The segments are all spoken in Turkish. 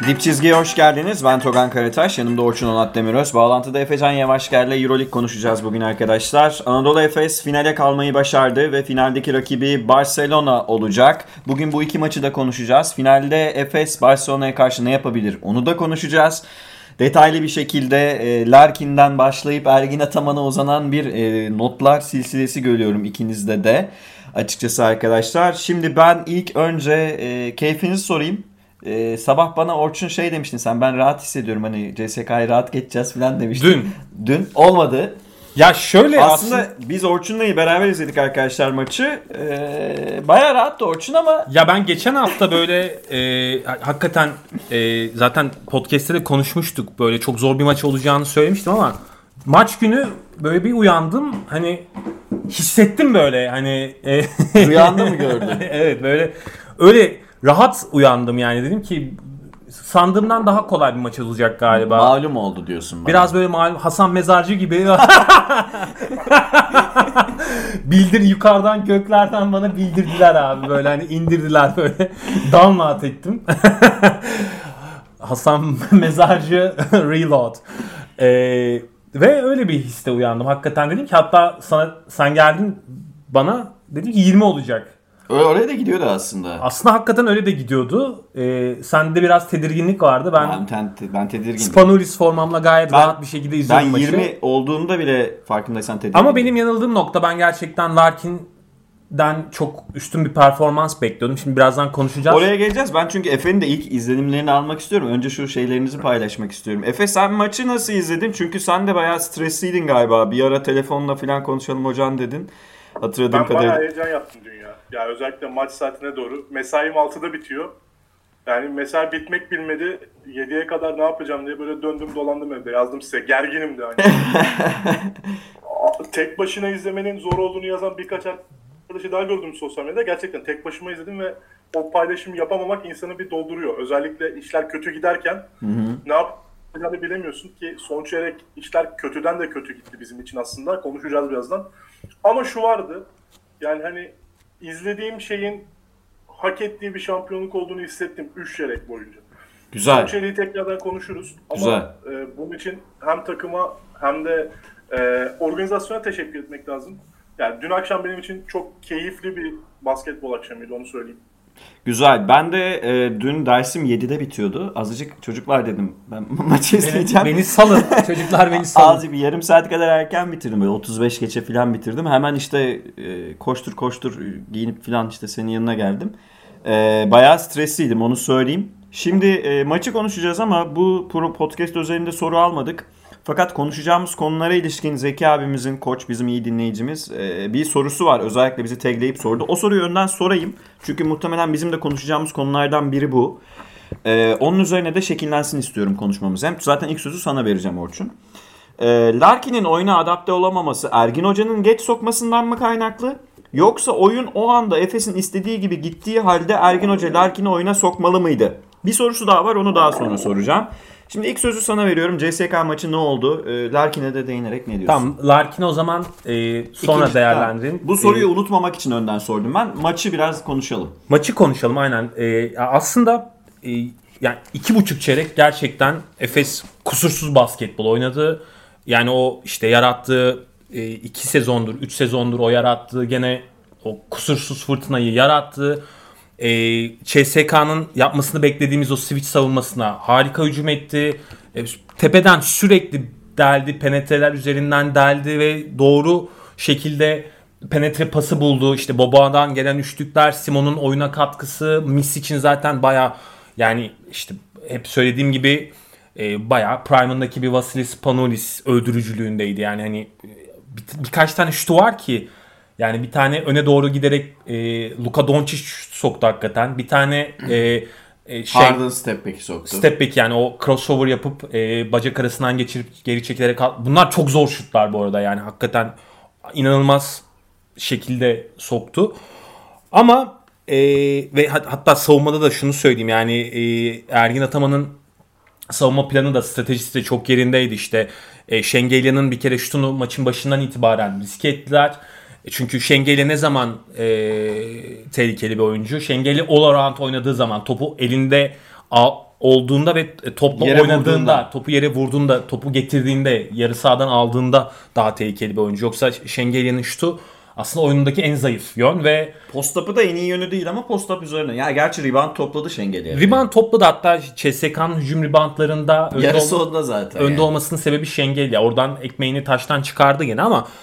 Dip Çizgi'ye hoş geldiniz. Ben Togan Karataş. Yanımda Orçun Onat Demiröz. Bağlantıda Efecan Yavaşger'le Euroleague konuşacağız bugün arkadaşlar. Anadolu Efes finale kalmayı başardı ve finaldeki rakibi Barcelona olacak. Bugün bu iki maçı da konuşacağız. Finalde Efes Barcelona'ya karşı ne yapabilir onu da konuşacağız. Detaylı bir şekilde Larkin'den başlayıp Ergin Ataman'a uzanan bir notlar silsilesi görüyorum ikinizde de. Açıkçası arkadaşlar. Şimdi ben ilk önce keyfinizi sorayım. Sabah bana Orçun şey demiştin sen, ben rahat hissediyorum, hani CSK'yı rahat geçeceğiz falan demiştin. Dün olmadı. Ya şöyle aslında biz Orçun'la beraber izledik arkadaşlar maçı. Bayağı rahattı Orçun ama. Ya ben geçen hafta böyle hakikaten zaten podcast'te de konuşmuştuk, böyle çok zor bir maç olacağını söylemiştim ama maç günü böyle bir uyandım, hani hissettim böyle hani Rüyanda mı gördün? Evet, böyle öyle rahat uyandım yani, dedim ki sandığımdan daha kolay bir maç olacak galiba. Malum oldu diyorsun bana. Biraz böyle malum Hasan Mezarcı gibi yukarıdan göklerden bana bildirdiler abi, böyle hani indirdiler, böyle download ettim. Hasan Mezarcı Reload. Ve öyle bir hisse uyandım. Hakikaten dedim ki, hatta sen geldin bana, dedim ki 20 olacak. Oraya da gidiyordu aslında. Aslında hakikaten öyle de gidiyordu. Sende biraz tedirginlik vardı. Ben tedirgindim. Spanulis formamla gayet rahat bir şekilde izliyorum maçı. Ben 20 olduğunda bile farkındaysan tedirgindim. Ama benim yanıldığım nokta, ben gerçekten Larkin'den çok üstün bir performans bekliyordum. Şimdi birazdan konuşacağız. Oraya geleceğiz. Ben çünkü Efe'nin de ilk izlenimlerini almak istiyorum. Önce şu şeylerinizi paylaşmak istiyorum. Efe, sen maçı nasıl izledin? Çünkü sen de bayağı stresliydin galiba. Bir ara telefonla falan konuşalım hocam dedin. Hatırladığım kadarıyla. Ben bayağı heyecan yaptım dün ya. Ya özellikle maç saatine doğru. Mesaim 6'da bitiyor. Yani mesai bitmek bilmedi. 7'ye kadar ne yapacağım diye böyle döndüm dolandım evde. Yazdım size. Gerginim de hani. Tek başına izlemenin zor olduğunu yazan birkaç arkadaşı daha gördüm sosyal medyada. Gerçekten tek başıma izledim ve o paylaşımı yapamamak insanı bir dolduruyor. Özellikle işler kötü giderken ne yapacağını bilemiyorsun ki son çeyrek işler kötüden de kötü gitti bizim için aslında. Konuşacağız birazdan. Ama şu vardı. Yani hani izlediğim şeyin hak ettiği bir şampiyonluk olduğunu hissettim 3 çeyrek boyunca. Güzel. Son çeyreği tekrardan konuşuruz. Ama bunun için hem takıma hem de organizasyona teşekkür etmek lazım. Yani dün akşam benim için çok keyifli bir basketbol akşamıydı, onu söyleyeyim. Güzel. Ben de dün dersim 7'de bitiyordu. Azıcık çocuklar dedim, ben maçı izleyeceğim. Beni salın. Çocuklar beni salın. Azıcık bir yarım saat kadar erken bitirdim. Böyle 35 geçe falan bitirdim. Hemen işte koştur giyinip falan işte senin yanına geldim. Bayağı stresliydim, onu söyleyeyim. Şimdi maçı konuşacağız ama bu podcast özelinde soru almadık. Fakat konuşacağımız konulara ilişkin Zeki abimizin, koç, bizim iyi dinleyicimiz, bir sorusu var. Özellikle bizi tagleyip sordu. O soruyu önden sorayım. Çünkü muhtemelen bizim de konuşacağımız konulardan biri bu. Onun üzerine de şekillensin istiyorum konuşmamız. Hem zaten ilk sözü sana vereceğim Orçun. Larkin'in oyuna adapte olamaması Ergin Hoca'nın geç sokmasından mı kaynaklı? Yoksa oyun o anda Efes'in istediği gibi gittiği halde Ergin Hoca Larkin'i oyuna sokmalı mıydı? Bir sorusu daha var, onu daha sonra soracağım. Şimdi ilk sözü sana veriyorum. CSK maçı ne oldu? Larkin'e de değinerek ne diyorsun? Tamam, Larkin'i o zaman sonra değerlendirin. Bu soruyu unutmamak için önden sordum ben. Maçı biraz konuşalım. Maçı konuşalım aynen. Aslında yani 2,5 çeyrek gerçekten Efes kusursuz basketbol oynadı. Yani o işte yarattığı 2 sezondur, 3 sezondur o yarattığı gene o kusursuz fırtınayı yarattı. CSK'nın yapmasını beklediğimiz o switch savunmasına harika hücum etti. Tepeden sürekli deldi, penetreler üzerinden deldi ve doğru şekilde penetre pası buldu. İşte Boba'dan gelen üçlükler, Simon'un oyuna katkısı, Miss için zaten baya, yani işte hep söylediğim gibi baya prime'ındaki bir Vasilis Spanoulis öldürücülüğündeydi. Yani hani birkaç tane şutu var ki, yani bir tane öne doğru giderek Luka Doncic soktu hakikaten. Bir tane Harden step back'i soktu. Step back, yani o crossover yapıp bacak arasından geçirip geri çekilerek. Bunlar çok zor şutlar bu arada, yani hakikaten inanılmaz şekilde soktu. Ama ve hatta savunmada da şunu söyleyeyim, yani Ergin Ataman'ın savunma planı da, stratejisi de çok yerindeydi. İşte Şengelya'nın bir kere şutunu maçın başından itibaren riske ettiler. Çünkü Şengelya ne zaman tehlikeli bir oyuncu? Şengelya all around oynadığı zaman, topu elinde olduğunda ve topla Yere oynadığında, vurduğunda. topu yere vurduğunda, topu getirdiğinde, yarı sahadan aldığında daha tehlikeli bir oyuncu. Yoksa Şengelya'nın şutu aslında oyunundaki en zayıf yön ve Post-up'ı da en iyi yönü değil ama post-up üzerine. Ya gerçi rebound topladı Şengeli. rebound topladı, hatta CSK'nın hücum reboundlarında Yarısı onda zaten. önde olmasının sebebi Şengelya. Oradan ekmeğini taştan çıkardı gene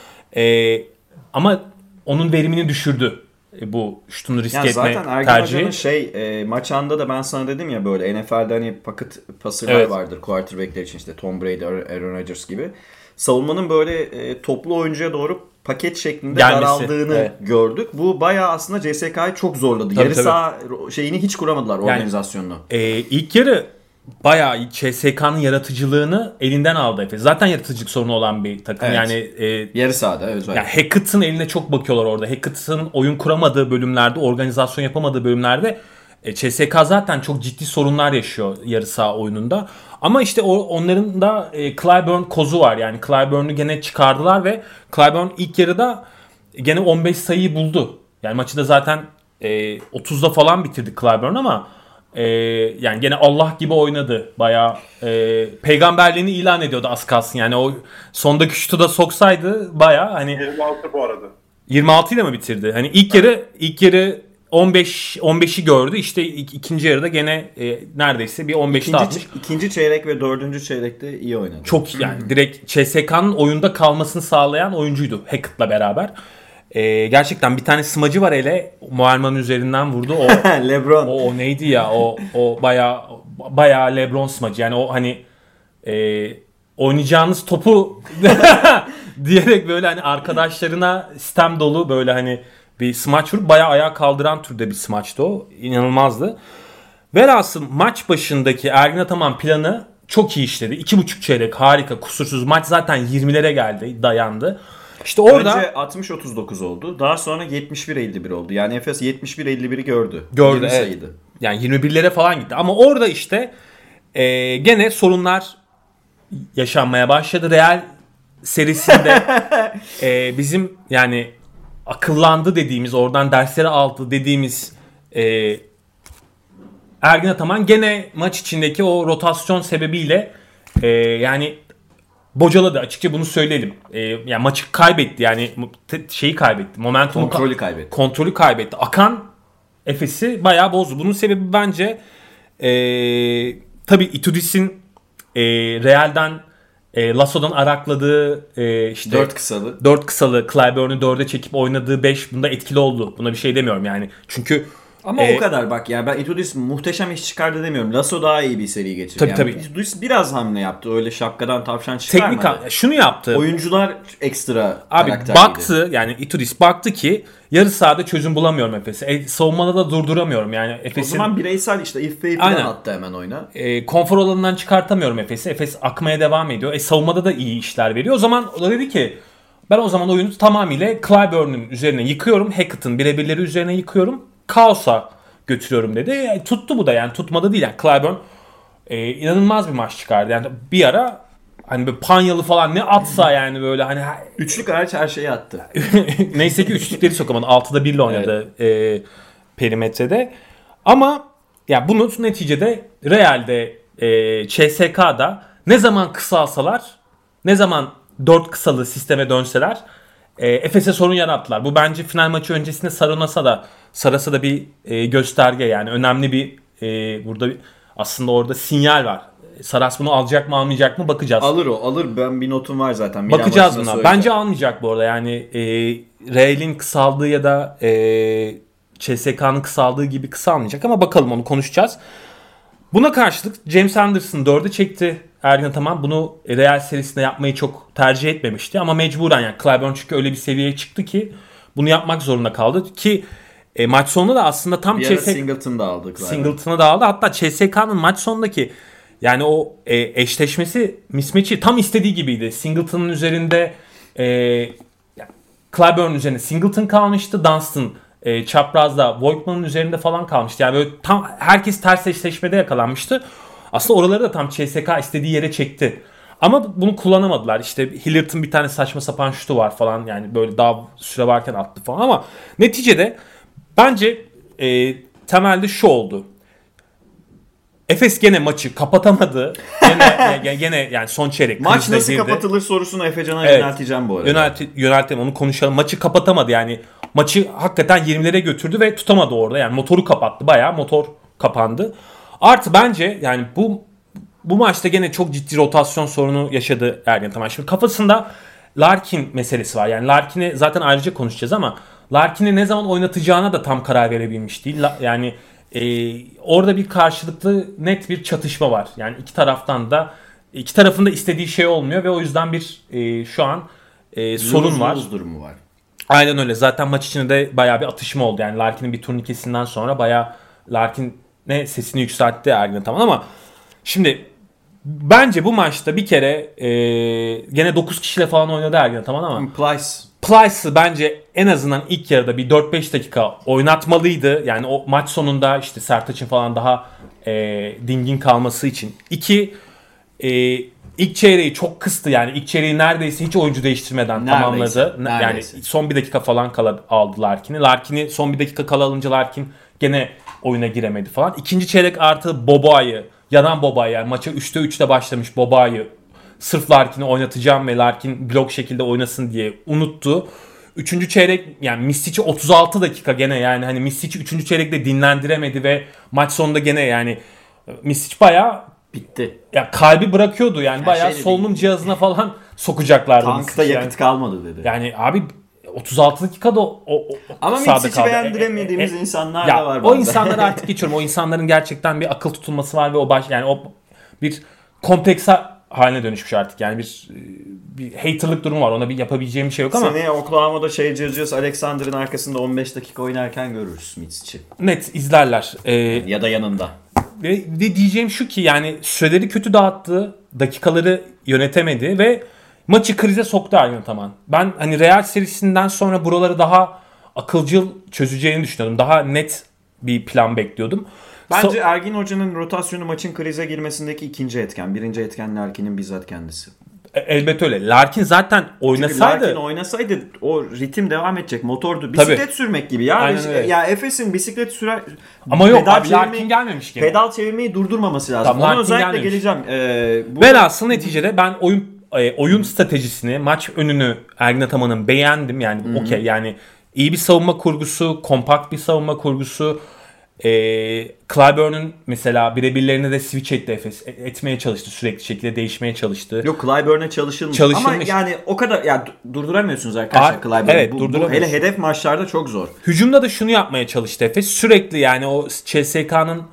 ama onun verimini düşürdü bu şutunu risk Ya etme zaten Ergin tercihi. Hoca'nın maç anında da ben sana dedim ya, böyle NFL'de hani pocket passer'lar Evet. vardır quarterback'ler için, işte Tom Brady, Aaron Rodgers gibi. Savunmanın böyle toplu oyuncuya doğru paket şeklinde Gelmesi, daraldığını evet. gördük. Bu bayağı aslında CSK'yı çok zorladı. Tabii, Yarı tabii. saha şeyini hiç kuramadılar, organizasyonunu. İlk yarı bayağı CSK'nın yaratıcılığını elinden aldı Efes. Zaten yaratıcılık sorunu olan bir takım. Evet. Yani Yarı sahada özellikle. ya Hackett'ın eline çok bakıyorlar orada. Hackett'ın oyun kuramadığı bölümlerde, organizasyon yapamadığı bölümlerde CSK zaten çok ciddi sorunlar yaşıyor yarı saha oyununda. Ama işte onların da Clyburn kozu var. Yani Clyburn'u gene çıkardılar ve Clyburn ilk yarıda gene 15 sayıyı buldu. Yani maçı da zaten 30'da falan bitirdi Clyburn ama yani gene Allah gibi oynadı. Bayağı peygamberliğini ilan ediyordu az kalsın. Yani o sondaki şutu da soksaydı bayağı hani 26 bu arada. 26 ile mi bitirdi? Hani ilk yarı 15'i gördü. İşte ikinci yarıda gene neredeyse bir 15'te atmış. İkinci çeyrek ve dördüncü çeyrekte iyi oynadı. Çok yani direkt CSK'nın oyunda kalmasını sağlayan oyuncuydu Hackett'la beraber. Gerçekten bir tane smacı var hele, Muharman'ın üzerinden vurdu. O LeBron. o neydi ya? O bayağı LeBron smacı. Yani o hani oynayacağınız topu diyerek böyle hani arkadaşlarına sitem dolu böyle hani bir smaç vurup bayağı ayağa kaldıran türde bir smaçtı o. İnanılmazdı. Velhasıl maç başındaki Ergin Ataman planı çok iyi işledi. 2,5 çeyrek harika, kusursuz. Maç zaten 20'lere geldi, dayandı. İşte orada önce 60-39 oldu. Daha sonra 71-51 oldu. Yani Efes 71-51'i gördü. gördü. 20 Evet. sayıydı. Yani 21'lere falan gitti. Ama orada işte gene sorunlar yaşanmaya başladı. Real serisinde bizim yani akıllandı dediğimiz, oradan dersleri aldı dediğimiz Ergin Ataman gene maç içindeki o rotasyon sebebiyle yani bocaladı, açıkça bunu söyleyelim. Yani maçı kaybetti, yani şeyi kaybetti. Momentumu kontrolü kaybetti. Akan Efes'i bayağı bozdu. Bunun sebebi bence tabii Itudis'in Real'den Lasso'dan arakladığı işte 4 kısalı Clyburn'u 4'e çekip oynadığı 5 bunda etkili oldu. Buna bir şey demiyorum yani. Çünkü ama o kadar bak ya, ben Itudis muhteşem iş çıkardı demiyorum. Lasso daha iyi bir seri geçirdi. Tabii, yani tabii. Itudis biraz hamle yaptı. Öyle şapkadan tavşan çıkarmadı. teknik şunu yaptı. Oyuncular ekstra Abi karakterliydi. baktı, yani Itudis baktı ki yarı sahada çözüm bulamıyorum Efes'e. Savunmada da durduramıyorum yani O Efes'in. zaman bireysel işte İffe'yi falan Aynen. attı hemen oyuna. Konfor alanından çıkartamıyorum Efes'i. Efes akmaya devam ediyor. Savunmada da iyi işler veriyor. O zaman o da dedi ki ben o zaman oyunu tamamıyla Clyburn'un üzerine yıkıyorum. Hackett'ın birebirleri üzerine yıkıyorum. Kaosa götürüyorum dedi. Tuttu bu da, yani tutmadı değil. Yani Clyburn inanılmaz bir maç çıkardı. Yani bir ara hani böyle Panyalı falan ne atsa yani böyle hani Üçlük hariç her şeyi attı. neyse ki üçlükleri sokamadı. 6'da 1 ile oynadı perimetrede. Ama ya bunu neticede Real'de CSK'da ne zaman kısalsalar, ne zaman 4 kısalı sisteme dönseler Efes'e sorun yarattılar. Bu bence final maçı öncesinde sarasa da bir gösterge, yani önemli bir burada aslında orada sinyal var. Saras bunu alacak mı almayacak mı bakacağız. Alır. Ben bir notum var zaten. Milan Bakacağız maçında buna. Bence almayacak bu arada. Yani Real'in kısaldığı ya da CSK'nın kısaldığı gibi kısalmayacak ama bakalım, onu konuşacağız. Buna karşılık James Anderson 4'e çekti Ergin Ataman. Bunu Real serisinde yapmayı çok tercih etmemişti ama mecburen, yani Clyburn çünkü öyle bir seviyeye çıktı ki bunu yapmak zorunda kaldı ki maç sonunda da aslında tam bir ara Singleton'ı da aldı. Singleton'ı da aldı. Hatta CSK'nın maç sonundaki yani o eşleşmesi, mismatch'i tam istediği gibiydi. Singleton'ın üzerinde Clyburn üzerinde Singleton kalmıştı. Dunstan çaprazda Voigtman'ın üzerinde falan kalmıştı. Yani böyle tam herkes ters eşleşmede yakalanmıştı. Aslında oraları da tam CSK istediği yere çekti. Ama bunu kullanamadılar. İşte Hilliard'ın bir tane saçma sapan şutu var falan. Yani böyle daha süre varken attı falan ama neticede bence temelde şu oldu. Efes gene maçı kapatamadı. Gene yani son çeyrek Maç krizine nasıl girdi. kapatılır sorusunu Efecan'a Evet. yönelteceğim bu arada. Yöneltelim, onu konuşalım. Maçı kapatamadı yani. Maçı hakikaten 20'lere götürdü ve tutamadı orada. Yani motoru kapattı. Bayağı motor kapandı. Artı bence yani bu maçta gene çok ciddi rotasyon sorunu yaşadı Ergen Ataman. Şimdi kafasında Larkin meselesi var. Yani Larkin'i zaten ayrıca konuşacağız ama Larkin'i ne zaman oynatacağına da tam karar verebilmiş değil. Yani orada bir karşılıklı net bir çatışma var. Yani iki tarafın da istediği şey olmuyor ve o yüzden bir şu an sorun var. Lose durumu var. Aynen öyle. Zaten maç içinde de bayağı bir atışma oldu. Yani Larkin'in bir turnikesinden sonra bayağı Larkin'e sesini yükseltti Ergin Ataman ama şimdi bence bu maçta bir kere gene 9 kişiyle falan oynadı Ergin Ataman ama Plyce'ı bence en azından ilk yarıda bir 4-5 dakika oynatmalıydı. Yani o maç sonunda işte Sertaç'ın falan daha dingin kalması için. İlk çeyreği çok kıstı yani. İlk çeyreği neredeyse hiç oyuncu değiştirmeden tamamladı. Yani son bir dakika falan kala aldı Larkin'i. Larkin'i son bir dakika kala alınca Larkin gene oyuna giremedi falan. İkinci çeyrek artı Boboa'yı, yanan Boboa'yı yani maça 3'te 3'te başlamış Boboa'yı sırf Larkin'i oynatacağım ve Larkin blok şekilde oynasın diye unuttu. Üçüncü çeyrek yani Misic'i 36 dakika gene yani hani Misic'i üçüncü çeyrekte dinlendiremedi ve maç sonunda gene yani Misic bayağı bitti. Ya kalbi bırakıyordu yani bayağı solunum cihazına falan sokacaklardı. Tankta yakıt yani. kalmadı dedi. Yani abi 36 dakikada ama Misic'i beğendiremediğimiz insanlar da var. O insanları artık geçiyorum. O insanların gerçekten bir akıl tutulması var ve yani o bir kompleks haline dönüşmüş artık. Yani bir haterlık durumu var. Ona bir yapabileceğim bir şey yok ama. Seneye Oklahoma'da Gilgeous Alexander'ın arkasında 15 dakika oynarken görürüz Misic'i. Net izlerler. Ya da yanında. Ve diyeceğim şu ki yani süreleri kötü dağıttı. Dakikaları yönetemedi ve maçı krize soktu Ergin Ataman. Ben hani Real serisinden sonra buraları daha akılcıl çözeceğini düşünüyordum. Daha net bir plan bekliyordum. Bence Ergin Hoca'nın rotasyonu maçın krize girmesindeki ikinci etken. Birinci etken Larkin'in bizzat kendisi. Elbette öyle. Larkin zaten oynasaydı. Çünkü Larkin oynasaydı o ritim devam edecek. Motordu. Bisiklet sürmek gibi ya. Ya Efes'in bisiklet sürer. Ama yok abi Larkin gelmemiş gene. Pedal çevirmeyi durdurmaması lazım. Tamam, ona özellikle geleceğim. Velhasıl neticede ben oyun stratejisini, maç önünü Ergin Ataman'ın beğendim. Yani okey yani iyi bir savunma kurgusu, kompakt bir savunma kurgusu. Clyburn'un mesela birebirlerine de switch etti Efes. Etmeye çalıştı. Sürekli şekilde değişmeye çalıştı. Yok Clyburn'a çalışılmış. Ama yani o kadar ya durduramıyorsunuz arkadaşlar Clyburn'u. Evet, bu hele hedef maçlarda çok zor. Hücumda da şunu yapmaya çalıştı Efes. Sürekli yani o CSK'nın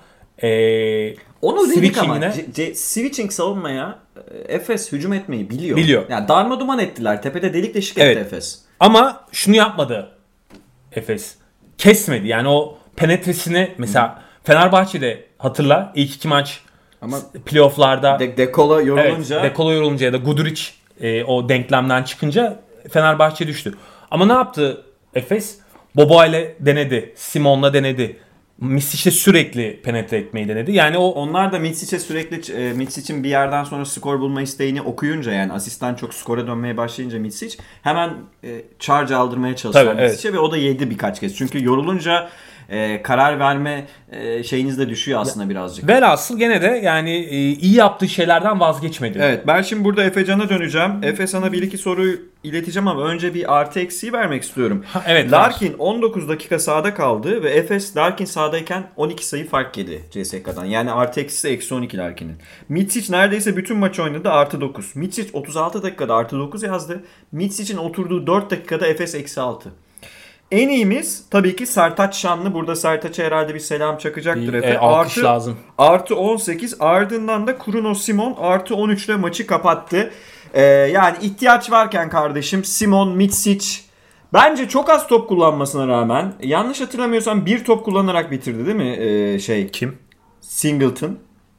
onu dedik ama switching savunmaya Efes hücum etmeyi biliyor. Yani darmaduman ettiler. Tepede delik deşik etti Efes. Ama şunu yapmadı Efes. Kesmedi. Yani o penetresini mesela Fenerbahçe'de hatırla ilk iki maç ama playoff'larda Dekolo yorulunca Dekolo yorulunca ya da Guduric o denklemden çıkınca Fenerbahçe düştü. Ama ne yaptı Efes? Boboa ile denedi. Simon'la denedi. Misic'le sürekli penetre etmeyi denedi. Yani onlar da Misic'e sürekli Misic'in bir yerden sonra skor bulma isteğini okuyunca yani asistan çok skora dönmeye başlayınca Misic hemen charge aldırmaya çalıştılar Misic'e ve o da yedi birkaç kez. Çünkü yorulunca karar verme şeyiniz de düşüyor aslında birazcık. Velhasıl gene de yani iyi yaptığı şeylerden vazgeçmedi. Evet, ben şimdi burada Efecan'a döneceğim. Efe sana bir iki soruyu ileteceğim ama önce bir artı eksiği vermek istiyorum. Evet. Larkin 19 dakika sahada kaldı ve Efes Larkin sahadayken 12 sayı fark yedi CSK'dan. Yani artı eksisi eksi 12 Larkin'in. Mitsic neredeyse bütün maç oynadı artı 9. Mitsic 36 dakikada artı 9 yazdı. Mitsic'in oturduğu 4 dakikada Efes eksi 6. En iyimiz tabii ki Sertaç Şanlı. Burada Sertaç'a herhalde bir selam çakacaktır Efe. Alkış lazım. Artı 18. Ardından da Kruno Simon artı 13 ile maçı kapattı. Yani ihtiyaç varken kardeşim Simon, Mitsic bence çok az top kullanmasına rağmen yanlış hatırlamıyorsam bir top kullanarak bitirdi değil mi? Kim? Singleton.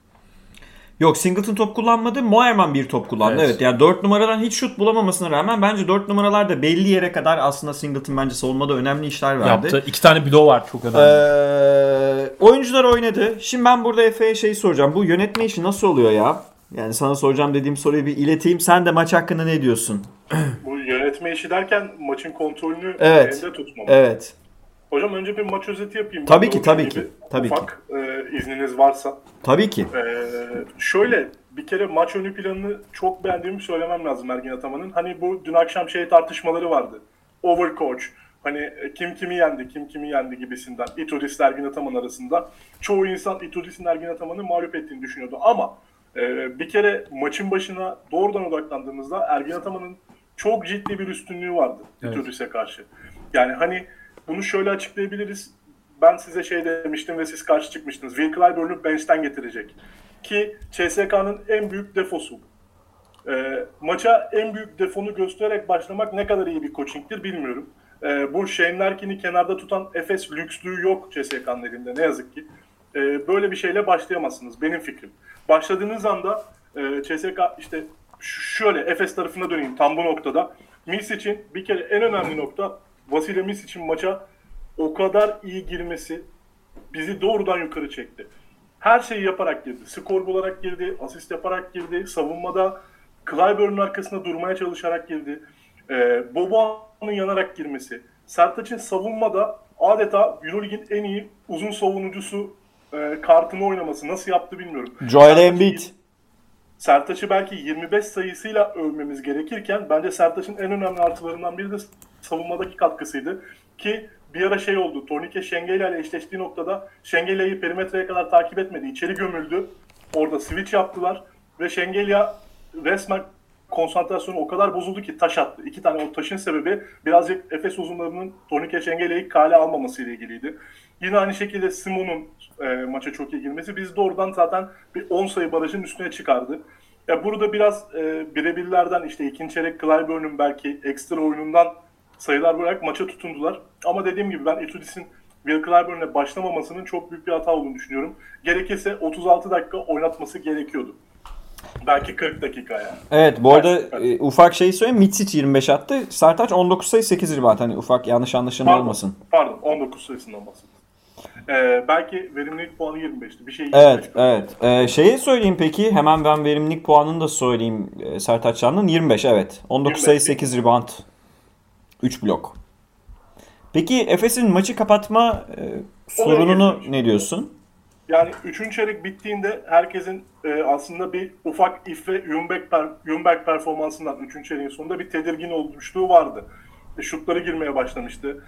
Yok Singleton top kullanmadı. Moerman bir top kullandı. Evet yani 4 numaradan hiç şut bulamamasına rağmen bence 4 numaralar da belli yere kadar aslında Singleton bence savunmada önemli işler verdi. Yaptı. 2 tane bloğu var çok önemli. Oyuncular oynadı. Şimdi ben burada Efe'ye şey soracağım. Bu yönetme işi nasıl oluyor ya? Yani sana soracağım dediğim soruyu bir ileteyim. Sen de maç hakkında ne diyorsun? Bu yönetme işi derken maçın kontrolünü elinde tutmam. Evet. Hocam önce bir maç özeti yapayım. Tabii ki. Ufak izniniz varsa. Tabii ki. Şöyle bir kere maç önü planını çok beğendiğimi söylemem lazım Ergin Ataman'ın. Hani bu dün akşam tartışmaları vardı. Overcoach. Hani kim kimi yendi gibisinden. Itudis Ergin Ataman arasında. Çoğu insan Itudis'in Ergin Ataman'ı mağlup ettiğini düşünüyordu. Ama bir kere maçın başına doğrudan odaklandığımızda Ergin Ataman'ın çok ciddi bir üstünlüğü vardı Itudis'e karşı. Yani hani bunu şöyle açıklayabiliriz. Ben size demiştim ve siz karşı çıkmıştınız. Will Clyburn'u bench'ten getirecek. Ki CSK'nın en büyük defosu. Maça en büyük defonu göstererek başlamak ne kadar iyi bir coaching'tir bilmiyorum. Bu Shane Larkin'i kenarda tutan Efes lükslüğü yok CSK'nın elinde ne yazık ki. Böyle bir şeyle başlayamazsınız benim fikrim. Başladığınız anda CSK şöyle Efes tarafına döneyim tam bu noktada. Misic'in bir kere en önemli nokta Vasilya Misic'in maça o kadar iyi girmesi bizi doğrudan yukarı çekti. Her şeyi yaparak girdi. Skor bularak girdi, asist yaparak girdi, savunmada Clyburn'un arkasında durmaya çalışarak girdi. Boboa'nın yanarak girmesi. Sertaç'ın savunmada adeta Euroleague'in en iyi uzun savunucusu kartını oynaması. Nasıl yaptı bilmiyorum. Joel Embiid. Sertaç'ı belki 25 sayısıyla övmemiz gerekirken bence Sertaç'ın en önemli artılarından biri de savunmadaki katkısıydı. Ki bir ara oldu. Tornike Şengeli ile eşleştiği noktada Şengeli'yi perimetreye kadar takip etmedi. İçeri gömüldü. Orada switch yaptılar ve Şengeli'ye resmen konsantrasyonu o kadar bozuldu ki taş attı. 2 tane o taşın sebebi birazcık Efes uzunlarının Tornike Şengeli'yi kale almaması ile ilgiliydi. Yine aynı şekilde Simon'un maça çok iyi girmesi bizi doğrudan zaten bir 10 sayı barajın üstüne çıkardı. Burada biraz birebirlerden ikinci çeyrek Clyburn'un belki ekstra oyunundan sayılar bırarak maça tutundular. Ama dediğim gibi ben Itudis'in Will Clyburn'le başlamamasının çok büyük bir hata olduğunu düşünüyorum. Gerekirse 36 dakika oynatması gerekiyordu. Belki 40 dakika yani. Evet bu arada ufak söyleyeyim. Mitsic 25 attı. Sertaç 19 sayı 8 rebound. Hani ufak yanlış anlaşılma olmasın. Pardon 19 sayısından bahsediyorum. Belki verimlilik puanı 25'ti. Bir şey. Evet. Söyleyeyim peki. Hemen ben verimlilik puanını da söyleyeyim Sertaç Şanlı'nın. 25 evet. 19 25, sayı 8 rebound. 3 blok. Peki Efes'in maçı kapatma sorununu ne diyorsun? Yani 3. çeyrek bittiğinde herkesin aslında bir ufak Ife Ljungberg performansından 3. çeyreğin sonunda bir tedirgin olmuşluğu vardı. Şutları girmeye başlamıştı.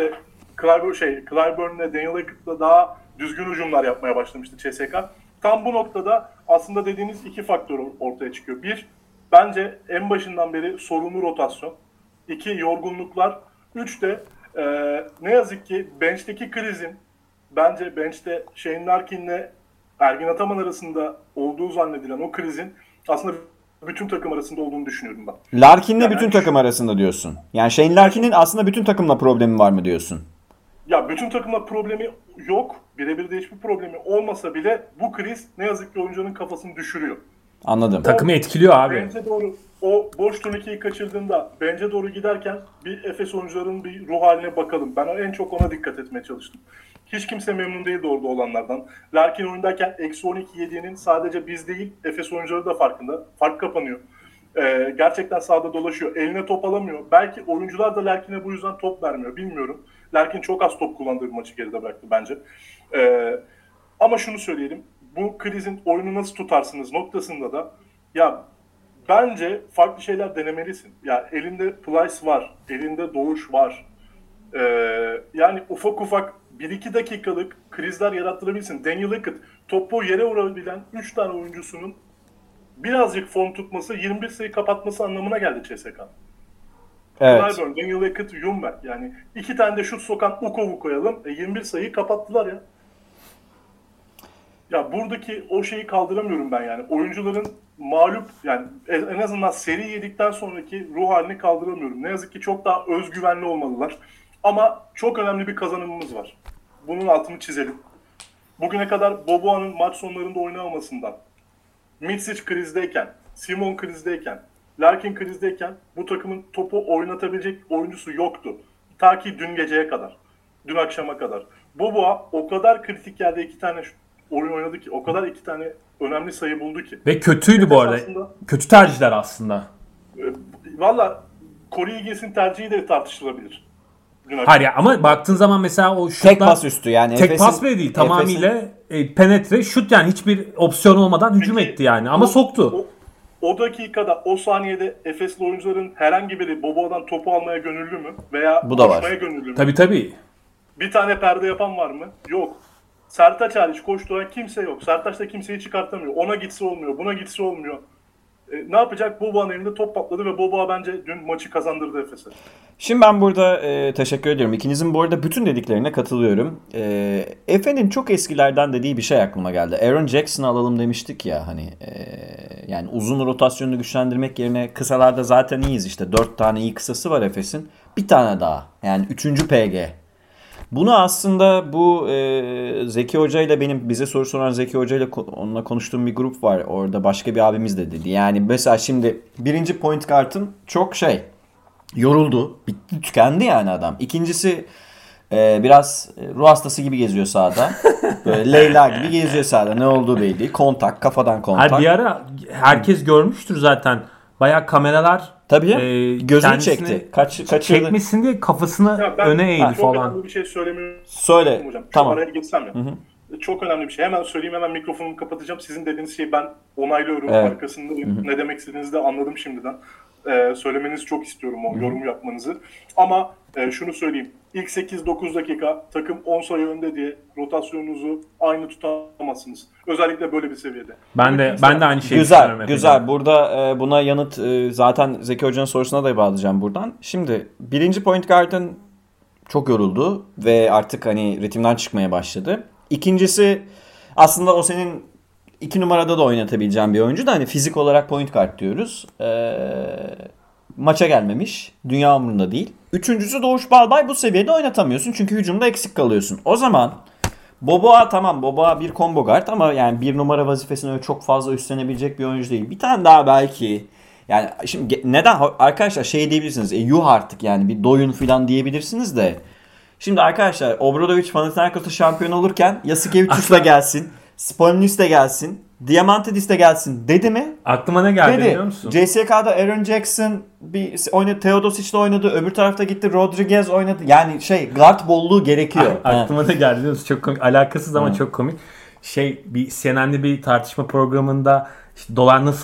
Clyburn'le Daniel Hackett'la daha düzgün hücumlar yapmaya başlamıştı CSK. Tam bu noktada aslında dediğiniz 2 faktör ortaya çıkıyor. 1, bence en başından beri sorunlu rotasyon. 2, yorgunluklar. 3 de ne yazık ki bench'teki krizin bence bench'te Shane Larkin'le Ergin Ataman arasında olduğu zannedilen o krizin aslında bütün takım arasında olduğunu düşünüyorum ben. Larkin'le bütün takım arasında diyorsun. Yani Shane Larkin'in aslında bütün takımla problemi var mı diyorsun? Ya bütün takımla problemi yok. Birebir de hiçbir problemi olmasa bile bu kriz ne yazık ki oyuncunun kafasını düşürüyor. Anladım. Takımı etkiliyor abi. Bence doğru. O boş turnikeyi kaçırdığında bence doğru giderken bir Efes oyuncularının bir ruh haline bakalım. Ben en çok ona dikkat etmeye çalıştım. Hiç kimse memnun değildi orada olanlardan. Larkin oyundayken -12 yediğinin sadece biz değil Efes oyuncuları da farkında. Fark kapanıyor. Gerçekten sahada dolaşıyor. Eline top alamıyor. Belki oyuncular da Larkin'e bu yüzden top vermiyor. Bilmiyorum. Larkin çok az top kullandığı bir maçı geride bıraktı bence. Ama şunu söyleyelim. Bu krizin oyunu nasıl tutarsınız noktasında da ya bence farklı şeyler denemelisin. Ya elinde Plyce var. Elinde Doğuş var. Yani ufak 1-2 dakikalık krizler yarattırabilirsin. Daniel Hackett topu yere vurabilen 3 tane oyuncusunun birazcık form tutması 21 sayı kapatması anlamına geldi CSK. Evet. Clyburn, Daniel Hackett, Ljungberg yani 2 tane de şut sokan Ukov'u koyalım. 21 sayıyı kapattılar ya. Ya buradaki o şeyi kaldıramıyorum ben yani. Oyuncuların mağlup yani en azından seri yedikten sonraki ruh halini kaldıramıyorum. Ne yazık ki çok daha özgüvenli olmalılar. Ama çok önemli bir kazanımımız var. Bunun altını çizelim. Bugüne kadar Boboa'nın maç sonlarında oynamamasından, Mitsic krizdeyken, Simon krizdeyken, Larkin krizdeyken bu takımın topu oynatabilecek oyuncusu yoktu. Ta ki dün geceye kadar. Dün akşama kadar. Boboa o kadar kritik yerde 2 tane oyun oynadı ki, o kadar 2 tane önemli sayı buldu ki. Ve kötüydü bu arada. Kötü tercihler aslında. Valla Corey Higgins'in tercihi de tartışılabilir. Hayır ya, ama baktığın zaman mesela o tek pas üstü yani. Tek pas bile değil. Tamamıyla penetre, şut, yani hiçbir opsiyon olmadan hücum etti yani. Ama soktu. O dakikada, o saniyede Efesli oyuncuların herhangi biri Boboa'dan topu almaya gönüllü mü? Veya koşmaya gönüllü mü? Tabii. Bir tane perde yapan var mı? Yok. Sertaç hariç koşturan kimse yok. Sertaç da kimseyi çıkartamıyor. Ona gitse olmuyor, buna gitse olmuyor. Ne yapacak? Boboa'nın elinde top patladı ve Boboa bence dün maçı kazandırdı Efes'e. Şimdi ben burada teşekkür ediyorum. İkinizin bu arada bütün dediklerine katılıyorum. Efe'nin çok eskilerden dediği bir şey aklıma geldi. Aaron Jackson'ı alalım demiştik ya hani. Yani uzun rotasyonunu güçlendirmek yerine kısalarda zaten iyiyiz işte. 4 tane iyi kısası var Efes'in. Bir tane daha. Yani 3. PG. Bunu aslında bu Zeki Hoca ile benim bize soru soran Zeki Hoca ile onunla konuştuğum bir grup var. Orada başka bir abimiz de dedi. Yani mesela şimdi birinci point guard'ın çok yoruldu. Bitti, tükendi yani adam. İkincisi biraz ruh hastası gibi geziyor sahada. Böyle Leyla gibi geziyor sahada. Ne olduğu belli değil. Kontak, kafadan kontak. Bir ara herkes görmüştür zaten. Bayağı kameralar tabii gözünü çekti. Kaçırdı. Çekmesin diye kafasını öne eğdi falan. Çok önemli bir şey söylemiyorum. Söyle. Hocam. Tamam. Araya geçsem ya. Çok önemli bir şey. Hemen söyleyeyim, hemen mikrofonumu kapatacağım. Sizin dediğiniz şeyi ben onaylıyorum. Evet. Arkasındayım. Ne demek istediğinizi de anladım şimdiden. Söylemenizi çok istiyorum, o yorum yapmanızı. Ama şunu söyleyeyim. İlk 8-9 dakika takım 10 sayı önde diye rotasyonunuzu aynı tutamazsınız. Özellikle böyle bir seviyede. Ben de aynı şeyi düşünüyorum. Güzel. Burada buna yanıt zaten Zeki Hoca'nın sorusuna da bağlayacağım buradan. Şimdi birinci point guard'ın çok yoruldu ve artık hani ritimden çıkmaya başladı. İkincisi aslında o senin 2 numarada da oynatabileceğin bir oyuncu da hani fizik olarak point guard diyoruz. Maça gelmemiş. Dünya umurunda değil. Üçüncüsü Doğuş Balbay, bu seviyede oynatamıyorsun. Çünkü hücumda eksik kalıyorsun. O zaman Boboa, tamam, Boboa bir combo guard ama yani 1 numara vazifesini öyle çok fazla üstlenebilecek bir oyuncu değil. Bir tane daha belki. Yani şimdi neden arkadaşlar diyebilirsiniz. Yuh artık yani bir doyun falan diyebilirsiniz de. Şimdi arkadaşlar Obradovic Panathinaikos'ta şampiyon olurken Yasikevicius da gelsin. Spolnius de gelsin. Diamantidis de gelsin dedi mi? Aklıma ne geldi biliyor musun? CSK'da Aaron Jackson oynadı, Teodosic'le oynadı, öbür tarafta gitti Rodriguez oynadı. Yani guard bolluğu gerekiyor. Aklıma ne geldi biliyor musun? Çok komik. Alakasız ama çok komik. Bir CNN'de bir tartışma programında işte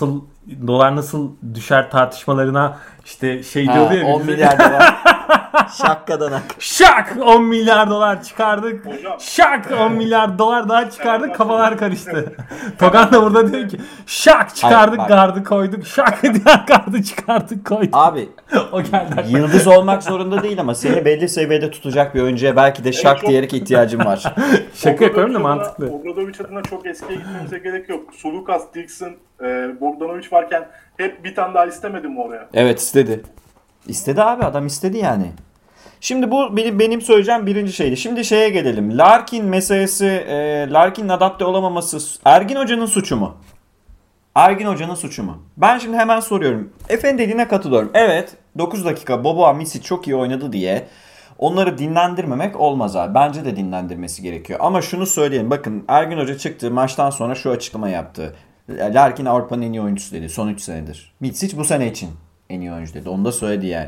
dolar nasıl düşer tartışmalarına diyordu ya. 10 milyar dolar. Şakkadanak. Şak 10 milyar dolar çıkardık. Şak 10 milyar dolar daha çıkardık. Kafalar karıştı. Togan da burada diyor ki şak çıkardık, gardı koyduk. Şak diğer gardı çıkardık koyduk. Abi o geldi. Yıldız olmak zorunda değil ama seni belli seviyede tutacak bir oyuncuya belki de şak diyerek ihtiyacın var. Şaka yapıyorum da mantıklı. Obradovic adına çok eskiye gitmemize gerek yok. Sulukas, Dixon, Bogdanovic varken hep bir tane daha istemedim oraya. Evet, istedi. İstedi abi, adam istedi yani. Şimdi bu benim söyleyeceğim birinci şeydi. Şimdi gelelim. Larkin meselesi, Larkin'in adapte olamaması Ergin Hoca'nın suçu mu? Ergin Hoca'nın suçu mu? Ben şimdi hemen soruyorum. Efendim dediğine katılıyorum. Evet, 9 dakika Boboa, Misic çok iyi oynadı diye onları dinlendirmemek olmaz abi. Bence de dinlendirmesi gerekiyor. Ama şunu söyleyeyim. Bakın Ergin Hoca çıktı maçtan sonra şu açıklama yaptı. Larkin Avrupa'nın en iyi oyuncusu dedi. Son 3 senedir. Misic bu sene için en iyi oyuncu dedi. Onu da söyledi yani.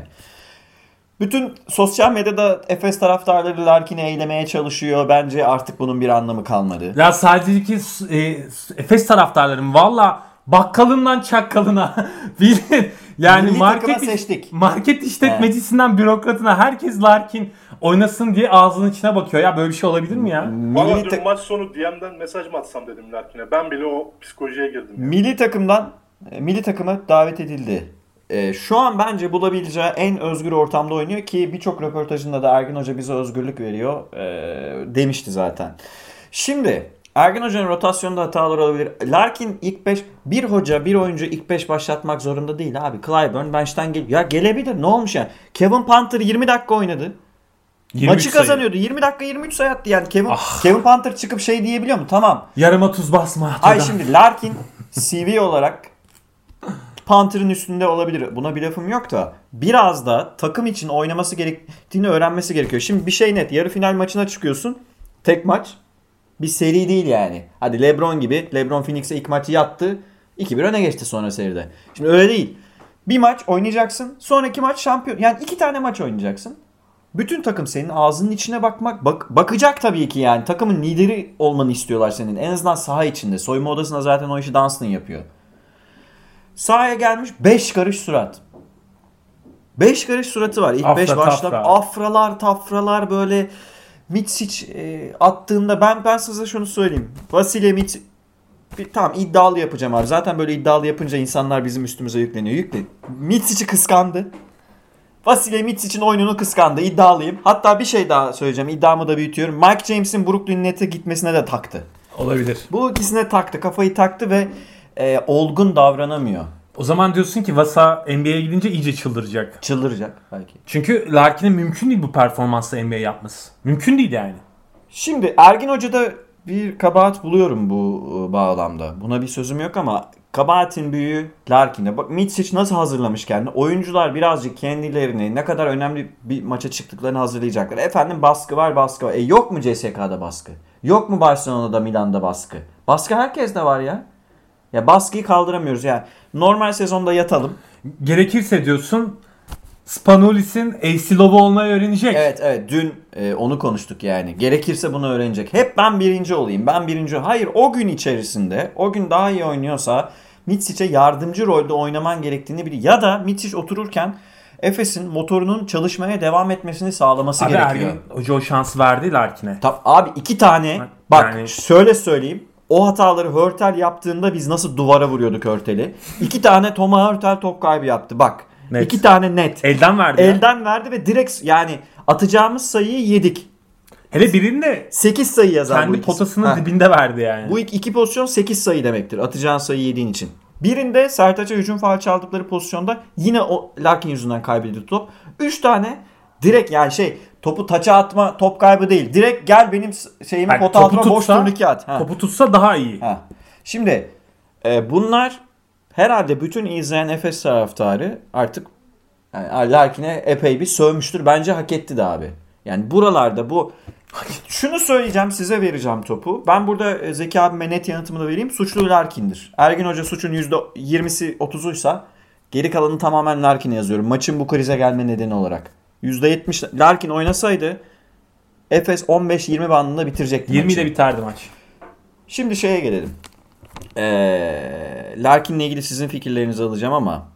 Bütün sosyal medyada Efes taraftarları Larkin'i eylemeye çalışıyor. Bence artık bunun bir anlamı kalmadı. Ya sadece ki Efes taraftarlarım valla bakkalından çakkalına bilin. Yani market işletmecisinden bürokratına herkes Larkin oynasın diye ağzının içine bakıyor. Ya böyle bir şey olabilir mi ya? Valla dün maç sonu DM'den mesaj mı atsam dedim Larkin'e. Ben bile o psikolojiye girdim. Milli takıma davet edildi. Şu an bence bulabileceği en özgür ortamda oynuyor ki birçok röportajında da Ergin Hoca bize özgürlük veriyor demişti zaten. Şimdi Ergin Hoca'nın rotasyonda hatalar olabilir. Larkin ilk 5, bir oyuncu ilk 5 başlatmak zorunda değil abi. Clyburn bench'ten geliyor. Ya gelebilir, ne olmuş yani? Kevin Panther 20 dakika oynadı. Maçı kazanıyordu. 20 dakika 23 sayı attı yani. Kevin Panther çıkıp diyebiliyor mu? Tamam. Yarıma tuz basma. Ay şimdi Larkin CV olarak Panther'ın üstünde olabilir. Buna bir lafım yok da biraz da takım için oynaması gerektiğini öğrenmesi gerekiyor. Şimdi bir şey net. Yarı final maçına çıkıyorsun. Tek maç. Bir seri değil yani. Hadi LeBron gibi. LeBron Phoenix'e ilk maçı yattı. 2-1 öne geçti sonra seride. Şimdi öyle değil. Bir maç oynayacaksın. Sonraki maç şampiyon. Yani 2 tane maç oynayacaksın. Bütün takım senin ağzının içine bakacak tabii ki yani. Takımın lideri olmanı istiyorlar senin. En azından saha içinde. Soyunma odasında zaten o işi Dunstan yapıyor. Sahaya gelmiş 5 karış surat. 5 karış suratı var. İlk 5 başta afralar tafralar böyle Mitsic attığında ben size şunu söyleyeyim. Vasilya Mitsic tamam iddialı yapacağım abi. Zaten böyle iddialı yapınca insanlar bizim üstümüze yükleniyor. Mitsic'i kıskandı. Vasilya Mitsic'in oyununu kıskandı. İddialıyım. Hatta bir şey daha söyleyeceğim. İddiamı da büyütüyorum. Mike James'in Brooklyn Nets'e gitmesine de taktı. Olabilir. Bu ikisine taktı. Kafayı taktı ve olgun davranamıyor. O zaman diyorsun ki Vasa NBA'ye gidince iyice çıldıracak. Çıldıracak belki. Çünkü Larkin'in mümkün değil bu performansla NBA yapması. Mümkün değil yani. Şimdi Ergin Hoca'da bir kabahat buluyorum bu bağlamda. Buna bir sözüm yok ama kabahatin büyüğü Larkin'de. Bak Mitsic nasıl hazırlamış kendini. Oyuncular birazcık kendilerini ne kadar önemli bir maça çıktıklarını hazırlayacaklar. Efendim baskı var baskı var. Yok mu CSK'da baskı? Yok mu Barcelona'da Milan'da baskı? Baskı herkeste var ya. Ya baskıyı kaldıramıyoruz yani. Normal sezonda yatalım. Gerekirse diyorsun Spanulis'in AC Lobo olmayı öğrenecek. Evet dün onu konuştuk yani. Gerekirse bunu öğrenecek. Hep ben birinci olayım. Hayır o gün içerisinde o gün daha iyi oynuyorsa Mitsic'e yardımcı rolde oynaman gerektiğini bilir. Ya da Mitsic otururken Efes'in motorunun çalışmaya devam etmesini sağlaması gerekiyor. Ergin Hoca o şansı verdi Larkin'e. Abi 2 tane bak yani... şöyle söyleyeyim. O hataları Hörtel yaptığında biz nasıl duvara vuruyorduk Hörtel'i. 2 tane Toma Hörtel top kaybı yaptı bak. Net. 2 tane net. Elden verdi. Elden verdi ve direkt yani atacağımız sayıyı yedik. Hele birinde 8 sayı yazar kendi potasının dibinde verdi yani. Bu iki pozisyon 8 sayı demektir. Atacağın sayı yediğin için. Birinde Sertaç'a hücum faul çaldıkları pozisyonda yine o Larkin yüzünden kaybedildi top. 3 tane direkt yani topu taça atma top kaybı değil. Direkt gel benim şeyimi yani pota altına boş turnike at. Topu tutsa daha iyi. Şimdi bunlar herhalde bütün izleyen Efes taraftarı artık yani Larkin'e epey bir sövmüştür. Bence hak etti de abi. Yani buralarda bu şunu söyleyeceğim size vereceğim topu. Ben burada Zeki abime net yanıtımı da vereyim. Suçlu Larkin'dir. Ergin Hoca suçun %20'si 30'uysa geri kalanını tamamen Larkin'e yazıyorum. Maçın bu krize gelme nedeni olarak. %70 Larkin oynasaydı Efes 15-20 bandında bitirecekti 20 ile biterdi maç. Şimdi şeye gelelim. Larkin'le ilgili sizin fikirlerinizi alacağım ama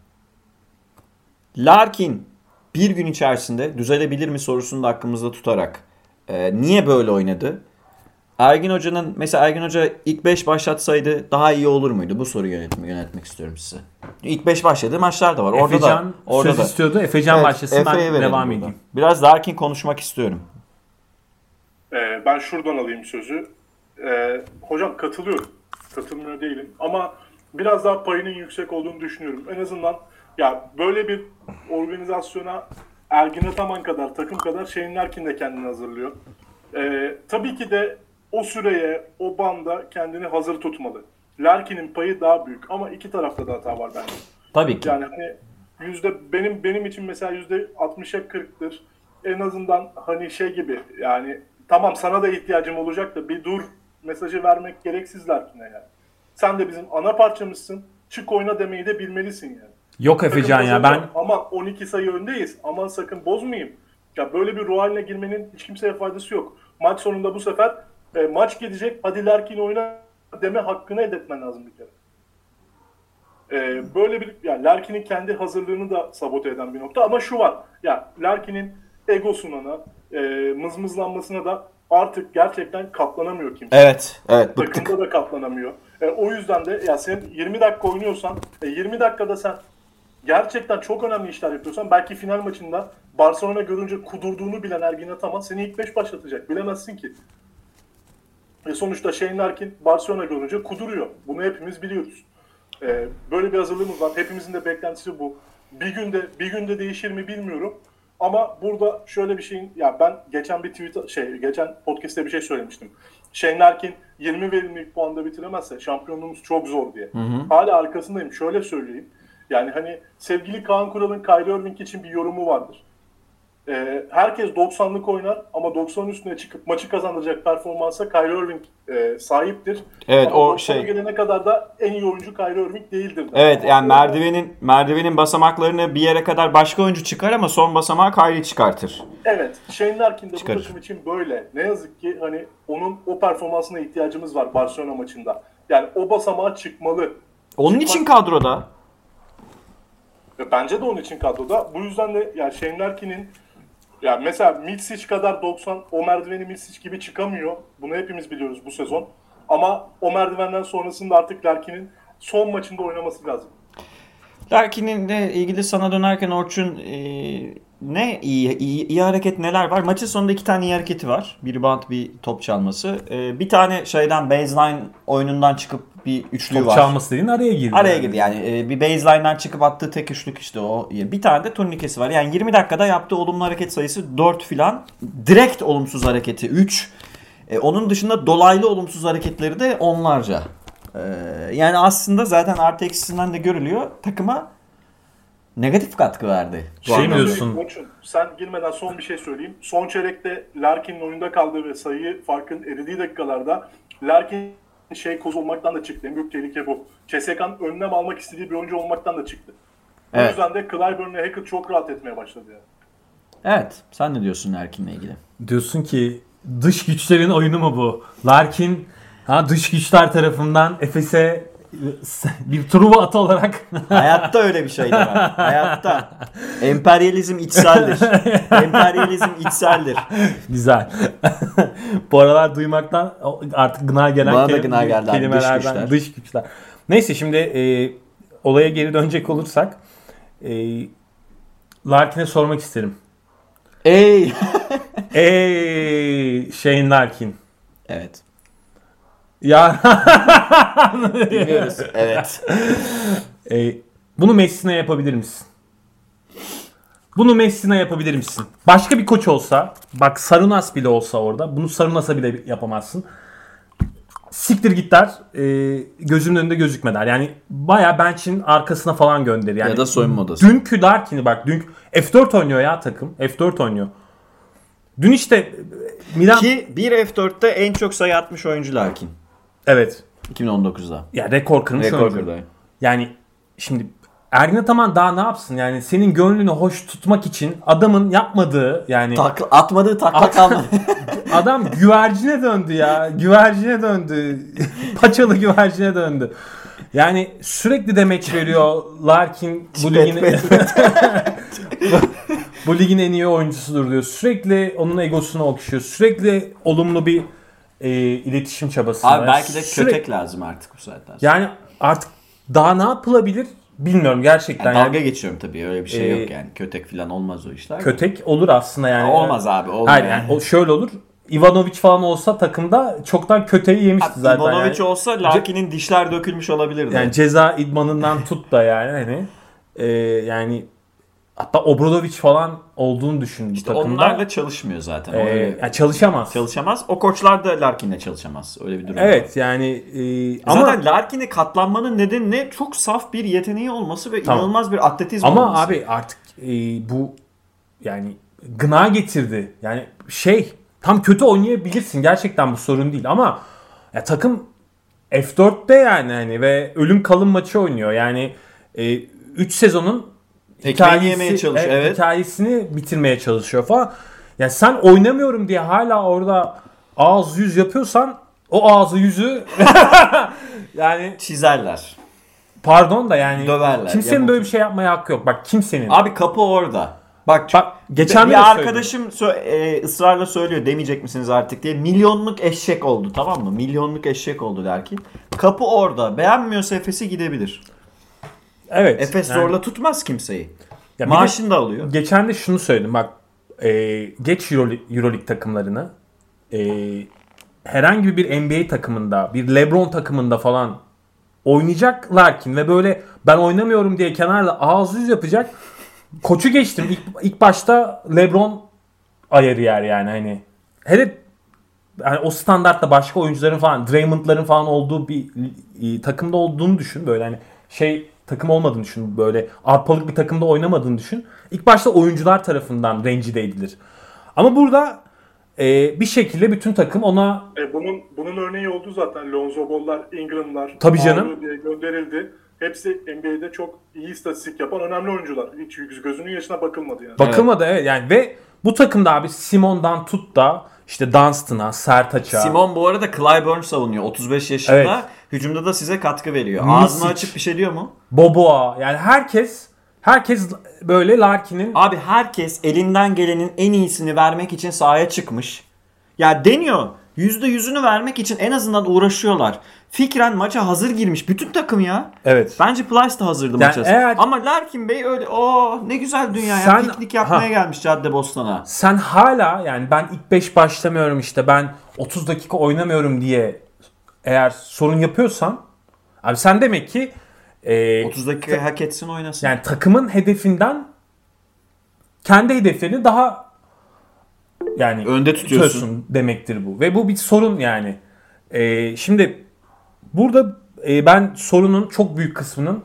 Larkin bir gün içerisinde düzelebilir mi sorusunu da aklımızda tutarak niye böyle oynadı? Ergin Hoca ilk 5 başlatsaydı daha iyi olur muydu? Bu soruyu yönetmek istiyorum size. İlk 5 başladığı maçlar da var. Efecan söz istiyordu. Efecan başlasın ben devam edeyim. Biraz Larkin konuşmak istiyorum. Ben şuradan alayım sözü. Hocam katılıyorum. Katılmıyor değilim. Ama biraz daha payının yüksek olduğunu düşünüyorum. En azından ya böyle bir organizasyona Ergin Ataman kadar, takım kadar Shane Larkin de kendini hazırlıyor. Tabii ki de o süreye, o banda kendini hazır tutmalı. Larkin'in payı daha büyük ama iki tarafta da hata var bence. Tabii ki. Yani hani benim için mesela %60'a 40'tır. En azından hani gibi yani tamam sana da ihtiyacım olacak da bir dur mesajı vermek gereksiz Larkin'e yani. Sen de bizim ana parçamızsın. Çık oyna demeyi de bilmelisin yani. Yok Efecan ya ben... Aman 12 sayı öndeyiz. Aman sakın bozmayayım. Ya böyle bir ruh haline girmenin hiç kimseye faydası yok. Maç sonunda bu sefer maç gidecek. Hadi Larkin oyna deme hakkını elde etmen lazım bir kere. Böyle bir yani Larkin'in kendi hazırlığını da sabote eden bir nokta. Ama şu var. Ya Larkin'in egosuna, mızmızlanmasına da artık gerçekten katlanamıyor kimse. Evet, bıktık. Takımda da katlanamıyor. O yüzden de ya sen 20 dakika oynuyorsan 20 dakikada sen gerçekten çok önemli işler yapıyorsan belki final maçında Barcelona görünce kudurduğunu bilen Ergin Ataman seni ilk 5 başlatacak. Bilemezsin ki. Sonuçta Shane Larkin Barcelona görünce kuduruyor. Bunu hepimiz biliyoruz. Böyle bir hazırlığımız var. Hepimizin de beklentisi bu. Bir günde değişir mi bilmiyorum. Ama burada şöyle bir şeyin ya ben geçen podcast'te bir şey söylemiştim. Shane Larkin 20 verimlilik puanda bitiremezse şampiyonluğumuz çok zor diye. Hala arkasındayım. Şöyle söyleyeyim. Yani hani sevgili Kaan Kural'ın Kyrie Irving için bir yorumu vardır. herkes 90'lık oynar ama 90'ın üstüne çıkıp maçı kazandıracak performansa Kyrie Irving sahiptir. Evet, ama o 90'a gelene kadar da en iyi oyuncu Kyrie Irving değildir. Evet, yani merdivenin basamaklarını bir yere kadar başka oyuncu çıkar ama son basamağı Kyrie çıkartır. Evet. Shane Larkin de bu takım için böyle. Ne yazık ki hani onun o performansına ihtiyacımız var Barcelona maçında. Yani o basamağa çıkmalı. Onun için kadroda. Bence de onun için kadroda. Bu yüzden de yani Shane Larkin'in yani mesela Milicic kadar 90 o merdiveni Milicic gibi çıkamıyor. Bunu hepimiz biliyoruz bu sezon. Ama o merdivenden sonrasında artık Larkin'in son maçında oynaması lazım. Larkin'in de ilgili sana dönerken Orçun, ne iyi hareket neler var? Maçın sonunda 2 tane iyi hareketi var. Bir rebound, bir top çalması. Bir tane şeyden baseline oyunundan çıkıp bir üçlüğü var. Top çalması dediğin araya girdi. Araya girdi yani. Bir baseline'dan çıkıp attığı tek üçlük işte o. Bir tane de turnikesi var. Yani 20 dakikada yaptığı olumlu hareket sayısı 4 filan. Direkt olumsuz hareketi 3. Onun dışında dolaylı olumsuz hareketleri de onlarca. Yani aslında zaten artı eksisinden de görülüyor. Takıma negatif katkı verdi. Şey mi diyorsun? Orçun, sen girmeden son bir şey söyleyeyim. Son çeyrekte Larkin'in oyunda kaldığı ve sayı farkın eridiği dakikalarda Larkin koz olmaktan da çıktı. En büyük tehlike bu. CSK'nın önlem almak istediği bir oyuncu olmaktan da çıktı. O yüzden de Clyburn ve Hackett çok rahat etmeye başladı yani. Evet. Sen ne diyorsun Larkin'le ilgili? Diyorsun ki dış güçlerin oyunu mu bu? Larkin dış güçler tarafından Efes'e bir Truva atı olarak. Hayatta öyle bir şey de var. Hayatta. Emperyalizm içseldir. Emperyalizm içseldir. Güzel. Bu aralar duymaktan artık gına gelen bana da gına geldi kelimelerden dış güçler. Neyse şimdi olaya geri dönecek olursak Larkin'e sormak isterim. Ey Shane Larkin. Evet. Ya Bilmiyoruz. Evet. Bunu Messina yapabilir misin? Bunu Messina yapabilir misin? Başka bir koç olsa, bak Sarunas bile olsa orada, bunu Sarunas'a bile yapamazsın. Siktir git der, gözümün önünde gözükme der. Yani bayağı bench'in arkasına falan gönder. Yani ya da soyunma odası. Dünkü Larkin'i bak, F4 oynuyor ya takım. F4 oynuyor. Dün işte Milan... Ki bir F4'te en çok sayı atmış oyuncu Larkin. Evet. 2019'da. Ya rekor kırmış oyuncu. Yani şimdi Ergin Ataman daha ne yapsın? Yani senin gönlünü hoş tutmak için adamın yapmadığı yani... Atmadığı takla kalmadı. Adam güvercine döndü ya. Güvercine döndü. Paçalı güvercine döndü. Yani sürekli demeç veriyor Larkin bu ligin bu ligin en iyi oyuncusudur diyor. Sürekli onun egosunu okşuyor. Sürekli olumlu bir iletişim çabası. Abi belki de kötek lazım artık bu saatten sonra. Yani artık daha ne yapılabilir bilmiyorum gerçekten. Yani dalga geçiyorum tabii, öyle bir şey yok yani. Kötek falan olmaz o işler. Kötek olur aslında yani. Olmaz abi. Hayır yani şöyle olur. Ivanovic falan olsa takımda çoktan köteği yemişti zaten. Ivanovic yani. Olsa Larkin'in dişler dökülmüş olabilirdi. Yani ceza idmanından tut da yani hani yani hatta Obradovic falan olduğunu düşün İşte takımda. onlarla çalışmıyor zaten. Yani çalışamaz. Çalışamaz. O koçlar da Larkin'le çalışamaz. Öyle bir durum Evet var. yani zaten Larkin'e katlanmanın nedeni ne? Çok saf bir yeteneği olması ve inanılmaz bir atletizm ama olması. Ama abi artık bu yani gına getirdi. Yani tam kötü oynayabilirsin. Gerçekten bu sorun değil ama ya takım F4'te yani hani ve ölüm kalım maçı oynuyor. Yani 3 sezonun hikayesini bitirmeye çalışıyor falan. Yani sen oynamıyorum diye hala orada ağız yüz yapıyorsan o ağzı yüzü yani çizerler. Pardon da yani döverler. Kimsenin böyle bir şey yapmaya hakkı yok. Bak kimsenin. Abi kapı orada. Bak geçen bir arkadaşım ısrarla söylüyor, demeyecek misiniz artık diye. Milyonluk eşek oldu, tamam mı? Milyonluk eşek oldu Larkin. Kapı orada. Beğenmiyorsa Efes'e gidebilir. Evet. Efes yani, zorla tutmaz kimseyi. Ya maaşını da alıyor. Geçen de şunu söyledim bak. Geç Euroleague takımlarını herhangi bir NBA takımında, bir LeBron takımında falan oynayacak Larkin ve böyle ben oynamıyorum diye kenarda ağız yüz yapacak. Koçu geçtim. İlk başta LeBron ayarı yer yani hani. Hele yani o standartta başka oyuncuların falan, Draymond'ların falan olduğu bir takımda olduğunu düşün böyle hani takım olmadığını düşün. Böyle arpalık bir takımda oynamadığını düşün. İlk başta oyuncular tarafından rencide edilir. Ama burada bir şekilde bütün takım ona... Bunun örneği oldu zaten. Lonzo Ball'lar, Ingram'lar, Tabii canım. diye gönderildi. Hepsi NBA'de çok iyi istatistik yapan önemli oyuncular. Hiç gözünün yaşına bakılmadı yani. Bakılmadı evet yani ve bu takımda abi Simon'dan tut da işte Dunstan'a, Sertaç'a. Simon bu arada Clyburn savunuyor. 35 yaşında. Evet. Hücumda da size katkı veriyor. Misic. Ağzını açıp bir şey diyor mu? Boboa yani herkes böyle Larkin'in... Abi herkes elinden gelenin en iyisini vermek için sahaya çıkmış. Ya deniyor. %100'ünü vermek için en azından uğraşıyorlar. Fikren maça hazır girmiş bütün takım ya. Evet. Bence Plyce da hazırdı Yani maça. eğer- Ama Larkin Bey öyle ne güzel dünya ya. Sen- Piknik yapmaya gelmiş Caddebostan'a. Sen hala yani ben ilk 5 başlamıyorum işte ben 30 dakika oynamıyorum diye eğer sorun yapıyorsan abi sen demek ki 30 dakika hak etsin oynasın. yani takımın hedefinden kendi hedeflerini daha yani Önde tutuyorsun. demektir bu. Ve bu bir sorun yani. Şimdi burada ben sorunun çok büyük kısmının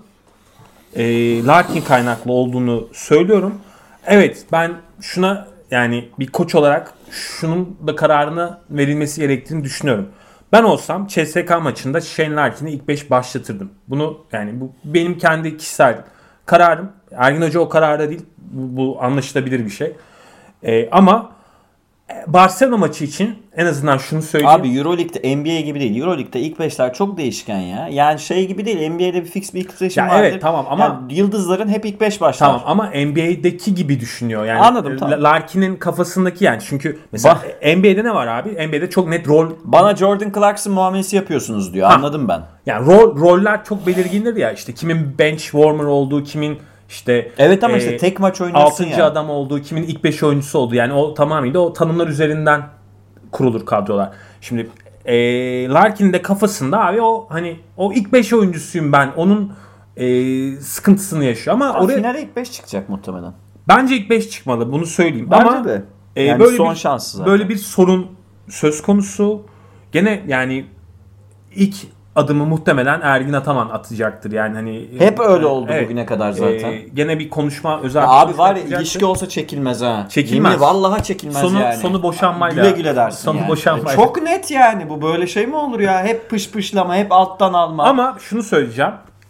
Larkin kaynaklı olduğunu söylüyorum. Evet ben şuna yani bir koç olarak şunun da kararına verilmesi gerektiğini düşünüyorum. Ben olsam CSK maçında Shane Larkin'i ilk 5 başlatırdım. Bunu yani bu benim kendi kişisel kararım. Ergin Hoca o kararda değil. Bu anlaşılabilir bir şey. Ama Barcelona maçı için en azından şunu söyleyeyim. Abi Euroleague'de NBA gibi değil. Euroleague'de ilk 5'ler çok değişken ya. Yani şey gibi değil. NBA'de bir fix bir ilk seçim Ya vardır. evet, tamam ama- Yani yıldızların hep ilk 5 başlar. Tamam ama NBA'deki gibi düşünüyor. Yani Anladım, tamam. Larkin'in kafasındaki yani çünkü mesela NBA'de ne var abi? NBA'de çok net rol Bana Jordan Clarkson muamelesi yapıyorsunuz diyor. Anladım ben. yani roller çok belirgindir ya işte kimin bench warmer olduğu, kimin işte Evet ama işte tek maç oynuyorsun 6. ya. adam olduğu, kimin ilk 5 oyuncusu olduğu yani o tamamıyla o tanımlar üzerinden kurulur kadrolar. Şimdi Larkin'in de kafasında abi o hani o ilk 5 oyuncusuyum ben. Onun sıkıntısını yaşıyor ama oraya Finale ilk 5 çıkacak muhtemelen. bence ilk 5 çıkmalı. Bunu söyleyeyim. Bence ama de. Yani son şansı zaten. Böyle bir sorun söz konusu. Gene yani ilk adımı muhtemelen Ergin Ataman atacaktır. Yani hani Hep öyle oldu bugüne kadar zaten. Gene bir konuşma özel Abi konuşma var ya yapacaktır. ilişki olsa çekilmez ha. Çekilmez. Yemin, vallahi çekilmez yani. Sonu boşanmayla. Güle güle dersin Sonu yani. boşanmayla. Çok net yani. Bu böyle şey mi olur ya? Hep pışlama, hep alttan alma. Ama şunu söyleyeceğim.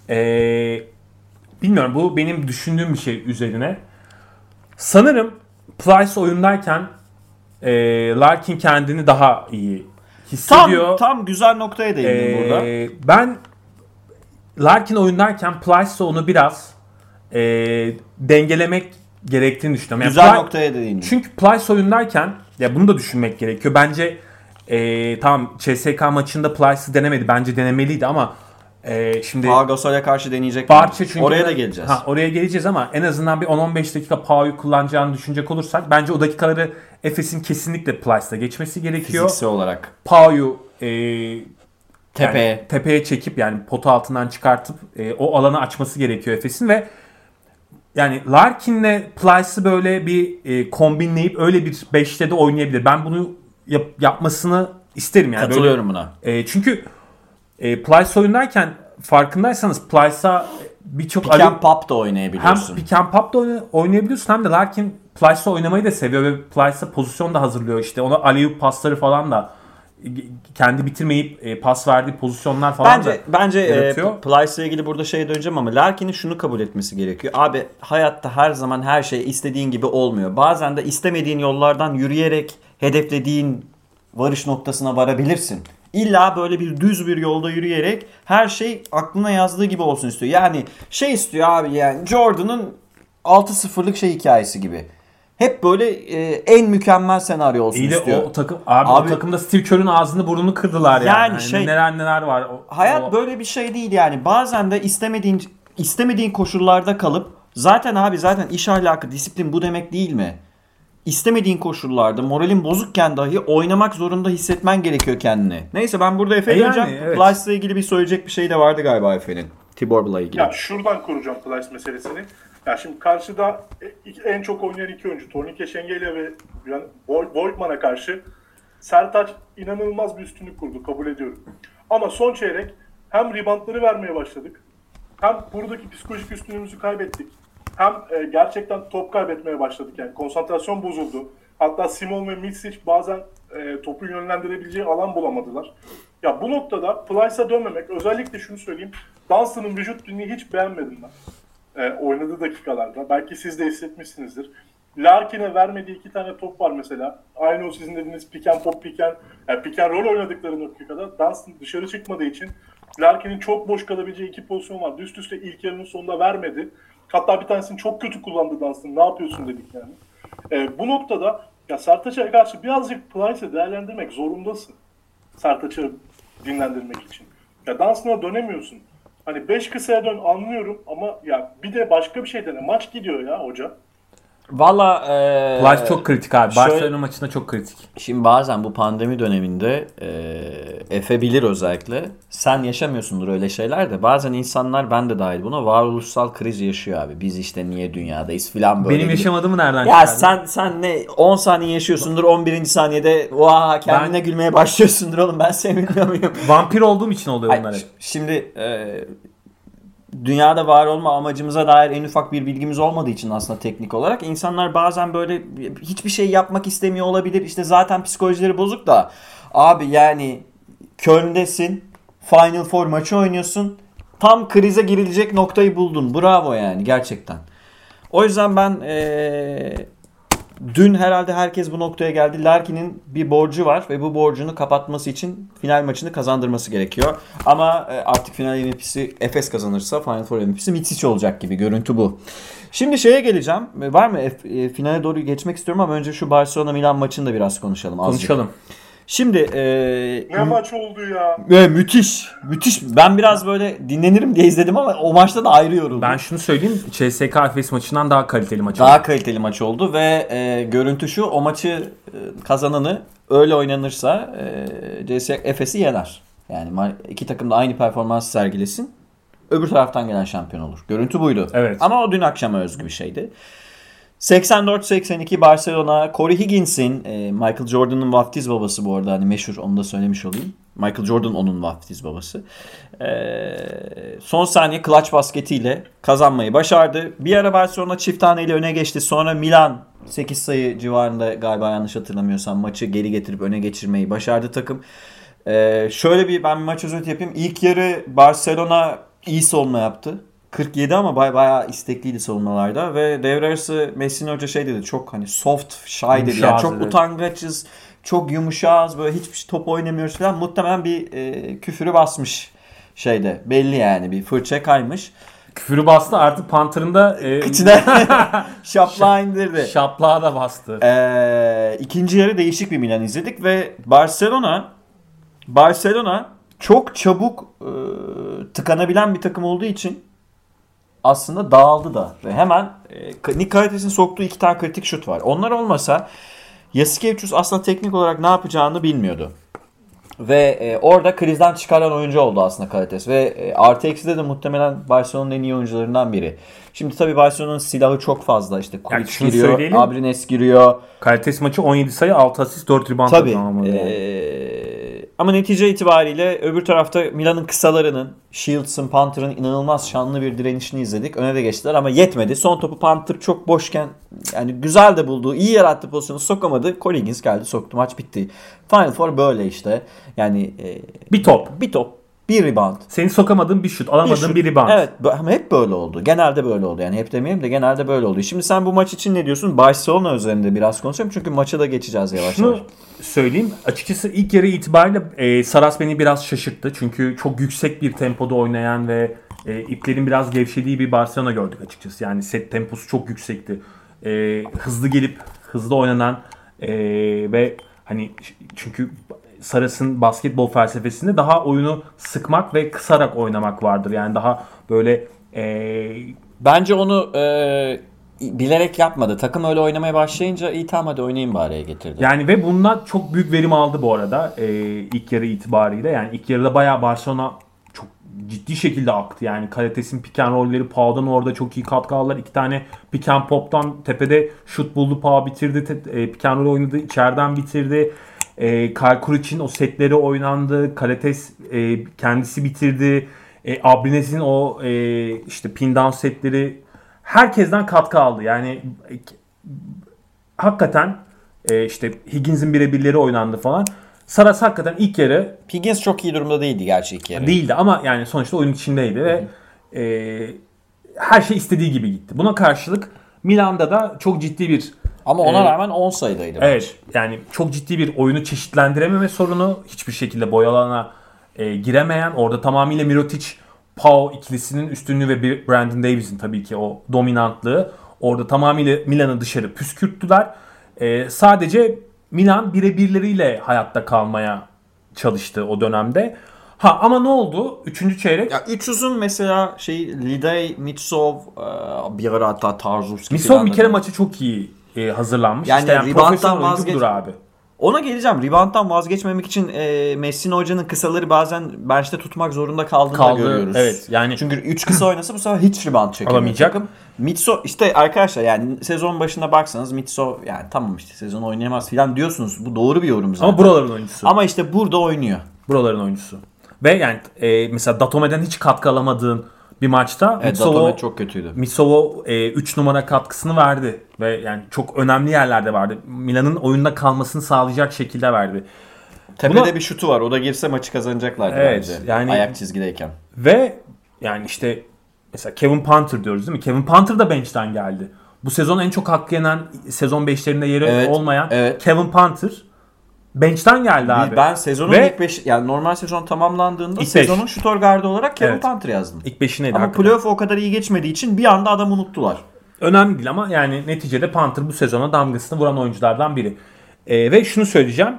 Bilmiyorum bu benim düşündüğüm bir şey üzerine. Sanırım Plyce oyundayken Larkin kendini daha iyi hissediyor. Tam güzel noktaya değindin burada. Ben Larkin oyundayken Plyce'la onu biraz dengelemek gerektiğini düşünüyorum. Yani Güzel noktaya değindin. Çünkü Plyce oyundayken ya bunu da düşünmek gerekiyor. Bence tamam CSK maçında Plyce'ı denemedi. Bence denemeliydi ama şimdi Pau Gasol'e karşı deneyecek. Barça çünkü oraya da geleceğiz. Oraya geleceğiz ama en azından bir 10-15 dakika Pau'yu kullanacağını düşünecek olursak bence o dakikaları Efes'in kesinlikle Plyce'la geçmesi gerekiyor. Fiziksel olarak. Pau'yu Tepeye. tepeye çekip yani potu altından çıkartıp o alanı açması gerekiyor Efes'in ve yani Larkin'le Plyce'ı böyle bir kombinleyip öyle bir 5'te de oynayabilir. Ben bunu yapmasını isterim yani. Katılıyorum buna. Çünkü Plyce oyundayken farkındaysanız Plyce'a birçok Pick and pop da oynayabiliyorsun. hem pick and pop da oynayabiliyorsun hem de Larkin Plyce'la oynamayı da seviyor ve Plyce'a pozisyon da hazırlıyor işte. Ona alley-oop pasları falan da kendi bitirmeyip pas verdiği pozisyonlar falan Bence yaratıyor. Plyce'la ilgili burada şeye döneceğim ama Larkin'in şunu kabul etmesi gerekiyor. Abi hayatta her zaman her şey istediğin gibi olmuyor. Bazen de istemediğin yollardan yürüyerek hedeflediğin varış noktasına varabilirsin. İlla böyle bir düz bir yolda yürüyerek her şey aklına yazdığı gibi olsun istiyor. Yani şey istiyor abi yani Jordan'ın 6-0'lık şey hikayesi gibi. Hep böyle en mükemmel senaryo olsun İyi de istiyor. o takım o takımda Steve Kerr'ün ağzını burnunu kırdılar yani. Yani neler var. Hayat böyle bir şey değil yani. Bazen de istemediğin koşullarda kalıp zaten iş ahlakı, disiplin bu demek değil mi? İstemediğin koşullarda moralin bozukken dahi oynamak zorunda hissetmen gerekiyor kendini. Neyse ben burada Efe'ye döneceğim. evet. Plyce'la ilgili bir söyleyecek bir şey de vardı galiba Efe'nin. Tibor'la ilgili. Ya şuradan kuracağım Plyce meselesini. Ya şimdi karşıda en çok oynayan iki oyuncu Tornike Şengelya ve Voigtman'a karşı Sertaç inanılmaz bir üstünlük kurdu, kabul ediyorum. Ama son çeyrek hem reboundları vermeye başladık hem buradaki psikolojik üstünlüğümüzü kaybettik. Hem gerçekten top kaybetmeye başladık yani. Konsantrasyon bozuldu. Hatta Simon ve Micic bazen topu yönlendirebileceği alan bulamadılar. Ya bu noktada Plyce'a dönmemek, özellikle şunu söyleyeyim. Dunstan'ın vücut dilini hiç beğenmedim ben. Oynadığı dakikalarda. Belki siz de hissetmişsinizdir. Larkin'e vermediği 2 tane top var mesela. Aynı o sizin dediğiniz pick and pop, pick and roll oynadıkları dakikada Dunstan dışarı çıkmadığı için Larkin'in çok boş kalabileceği 2 pozisyon vardı. Üst üste ilk yarının sonunda vermedi. Hatta bir tanesini çok kötü kullandı Dunstan. Ne yapıyorsun dedik yani. Bu noktada ya Sertaç'a karşı birazcık Plyce'ı değerlendirmek zorundasın. Sertaç'ı dinlendirmek için. Ya Dunstan'a dönemiyorsun. Hani 5 kısaya dön anlıyorum ama ya bir de başka bir şey dene. Maç gidiyor ya hoca. Valla Plyce çok kritik abi. Barcelona maçında çok kritik. Şimdi bazen bu pandemi döneminde Efe bilir özellikle. Sen yaşamıyorsundur öyle şeyler de. Bazen insanlar, ben de dahil buna, varoluşsal kriz yaşıyor abi. Biz işte niye dünyadayız filan böyle. Benim yaşamadığımı nereden ya çıkardın? sen ne 10 saniye yaşıyorsundur, 11. saniyede kendine gülmeye başlıyorsundur oğlum, ben seni bilmiyor muyum? Vampir olduğum için oluyor bunlar hep. Şimdi dünyada var olma amacımıza dair en ufak bir bilgimiz olmadığı için aslında teknik olarak insanlar bazen böyle hiçbir şey yapmak istemiyor olabilir. İşte zaten psikolojileri bozuk da abi, yani Köln'desin, Final Four maçı oynuyorsun, tam krize girilecek noktayı buldun, bravo yani gerçekten. O yüzden ben dün herhalde herkes bu noktaya geldi. Larkin'in bir borcu var ve bu borcunu kapatması için final maçını kazandırması gerekiyor. Ama artık final MVP'si Efes kazanırsa Final Four MVP'si Micic olacak gibi, görüntü bu. Şimdi şeye geleceğim. Var mı? Finale doğru geçmek istiyorum ama önce şu Barcelona-Milan maçını da biraz konuşalım. Konuşalım. Şimdi ne maç oldu ya? Müthiş. Ben biraz böyle dinlenirim diye izledim ama o maçta da ayrı yoruldum. Ben şunu söyleyeyim. CSK Efes maçından daha kaliteli maç oldu. Daha kaliteli maç oldu ve görüntü şu: o maçı kazananı öyle oynanırsa CSK Efes'i yener. Yani iki takım da aynı performans sergilesin, öbür taraftan gelen şampiyon olur. Görüntü buydu. Evet. Ama o dün akşama özgü bir şeydi. 84-82 Barcelona. Corey Higgins'in, Michael Jordan'ın vaftiz babası bu arada, hani meşhur, onu da söylemiş olayım. Michael Jordan onun vaftiz babası. Son saniye clutch basketiyle kazanmayı başardı. Bir ara Barcelona çift taneyle öne geçti. Sonra Milan 8 sayı civarında, galiba yanlış hatırlamıyorsam, maçı geri getirip öne geçirmeyi başardı takım. Şöyle ben bir maç özeti yapayım. İlk yarı Barcelona iyi savunma yaptı. 47 ama bayağı istekliydi savunmalarda ve devre arası Messina Hoca şey dedi, çok hani soft, shy dedi. Yani çok utangaçız, çok yumuşağız, böyle hiçbir top oynamıyoruz falan. Muhtemelen bir küfürü basmış şeyde. Belli yani, bir fırça kaymış. Küfürü bastı, artık Panther'ın kıçına şaplağı indirdi. Şaplağı da bastı. İkinci yarı değişik bir Milan izledik ve Barcelona çok çabuk tıkanabilen bir takım olduğu için aslında dağıldı da ve hemen Nick Kalites'in soktuğu 2 tane kritik şut var. Onlar olmasa Jasikevičius aslında teknik olarak ne yapacağını bilmiyordu. Ve orada krizden çıkaran oyuncu oldu aslında Kalites. Ve artı ekside de muhtemelen Barcelona'nın en iyi oyuncularından biri. Şimdi tabii Barcelona'nın silahı çok fazla. İşte Kulic giriyor, Abrines giriyor. Kalites maçı 17 sayı, 6 asist, 4 rebound. Tabii. Ama netice itibariyle öbür tarafta Milan'ın kısalarının, Shields'ın, Panther'ın inanılmaz şanlı bir direnişini izledik. Öne de geçtiler ama yetmedi. Son topu Panther çok boşken, yani güzel de buldu, iyi yarattı, pozisyonu sokamadı. Colligens geldi, soktu, maç bitti. Final Four böyle işte. Yani bir top, bir rebound. Seni sokamadığın bir şut, alamadığın bir rebound. Evet, ama hep böyle oldu. Genelde böyle oldu. Yani hep demeyeyim de genelde böyle oldu. Şimdi sen bu maç için ne diyorsun? Barcelona üzerinde biraz konuşalım çünkü maça da geçeceğiz yavaş yavaş. Söyleyeyim. Açıkçası ilk yarı itibariyle Saras beni biraz şaşırttı. Çünkü çok yüksek bir tempoda oynayan ve iplerin biraz gevşediği bir Barcelona gördük açıkçası. Yani set temposu çok yüksekti. Hızlı gelip hızlı oynanan ve hani çünkü Saras'ın basketbol felsefesinde daha oyunu sıkmak ve kısarak oynamak vardır. Yani daha böyle bence onu bilerek yapmadı. Takım öyle oynamaya başlayınca iyi, tamam hadi oynayayım bari'ye getirdi. Yani ve bundan çok büyük verim aldı bu arada ilk yarı itibariyle. Yani ilk yarıda bayağı Barcelona çok ciddi şekilde aktı. Yani Kalites'in pick and roll'leri, Pau'dan orada çok iyi katkı aldılar. 2 tane pick and pop'tan tepede şut buldu, Pau bitirdi. Pick and roll oynadı, içeriden bitirdi. Kalkur için o setleri oynandı. Kalites kendisi bitirdi. Abrinez'in o işte pin down setleri herkesten katkı aldı. Yani hakikaten işte Higgins'in birebirleri oynandı falan. Saras hakikaten ilk yarı Higgins çok iyi durumda değildi gerçi ilk yarı. değildi ama yani sonuçta oyun içindeydi ve her şey istediği gibi gitti. Buna karşılık Milan'da da çok ciddi bir Ama ona rağmen 10 sayıdaydı. evet yani çok ciddi bir oyunu çeşitlendirememe sorunu, hiçbir şekilde boy alana giremeyen, orada tamamıyla Mirotic Pau ikilisinin üstünlüğü ve Brandon Davies'in tabii ki o dominantlığı orada tamamıyla Milan'ı dışarı püskürttüler. Sadece Milan birebirleriyle hayatta kalmaya çalıştı o dönemde. Ama ne oldu? 3. çeyrek. Ya 3 uzun mesela Lidey, Mitsov, bir ara hatta Tarzovski Mitsov bir kere maçı çok iyi hazırlanmış. Yani İşte rebound'dan profesyonel oyuncu budur abi. Ona geleceğim. Rebound'dan vazgeçmemek için Messina Hoca'nın kısaları bazen bench'te tutmak zorunda kaldığını da görüyoruz. Evet. Yani çünkü 3 kısa oynasa bu sefer hiç rebound alamayacak. Mitso işte arkadaşlar yani sezon başına baksanız Mitso yani tamam işte sezon oynayamaz falan diyorsunuz. Bu doğru bir yorum zaten. Ama buraların oyuncusu. Ama işte burada oynuyor. Buraların oyuncusu. Ve yani mesela Datome'den hiç katkı alamadığın bir maçta Datome çok kötüydü. Mitsov'u 3 numara katkısını verdi ve yani çok önemli yerlerde verdi. Milan'ın oyunda kalmasını sağlayacak şekilde verdi. Tepede bir şutu var. O da girse maçı kazanacaklardı bence. Yani ayak çizgideyken. Ve yani işte mesela Kevin Panther diyoruz değil mi? Kevin Panther da bench'ten geldi. Bu sezon en çok hakkı yenen sezon 5'lerinde yeri olmayan Kevin Panther bench'ten geldi abi. Ben sezonun ilk 5 yani normal sezon tamamlandığında sezonun şutör gardı olarak Kevin Panther yazdım. İlk 5'ineydi. Ama playoff o kadar iyi geçmediği için bir anda adam unuttular. Önemli değil ama yani neticede Panther bu sezona damgasını vuran oyunculardan biri. Ve şunu söyleyeceğim.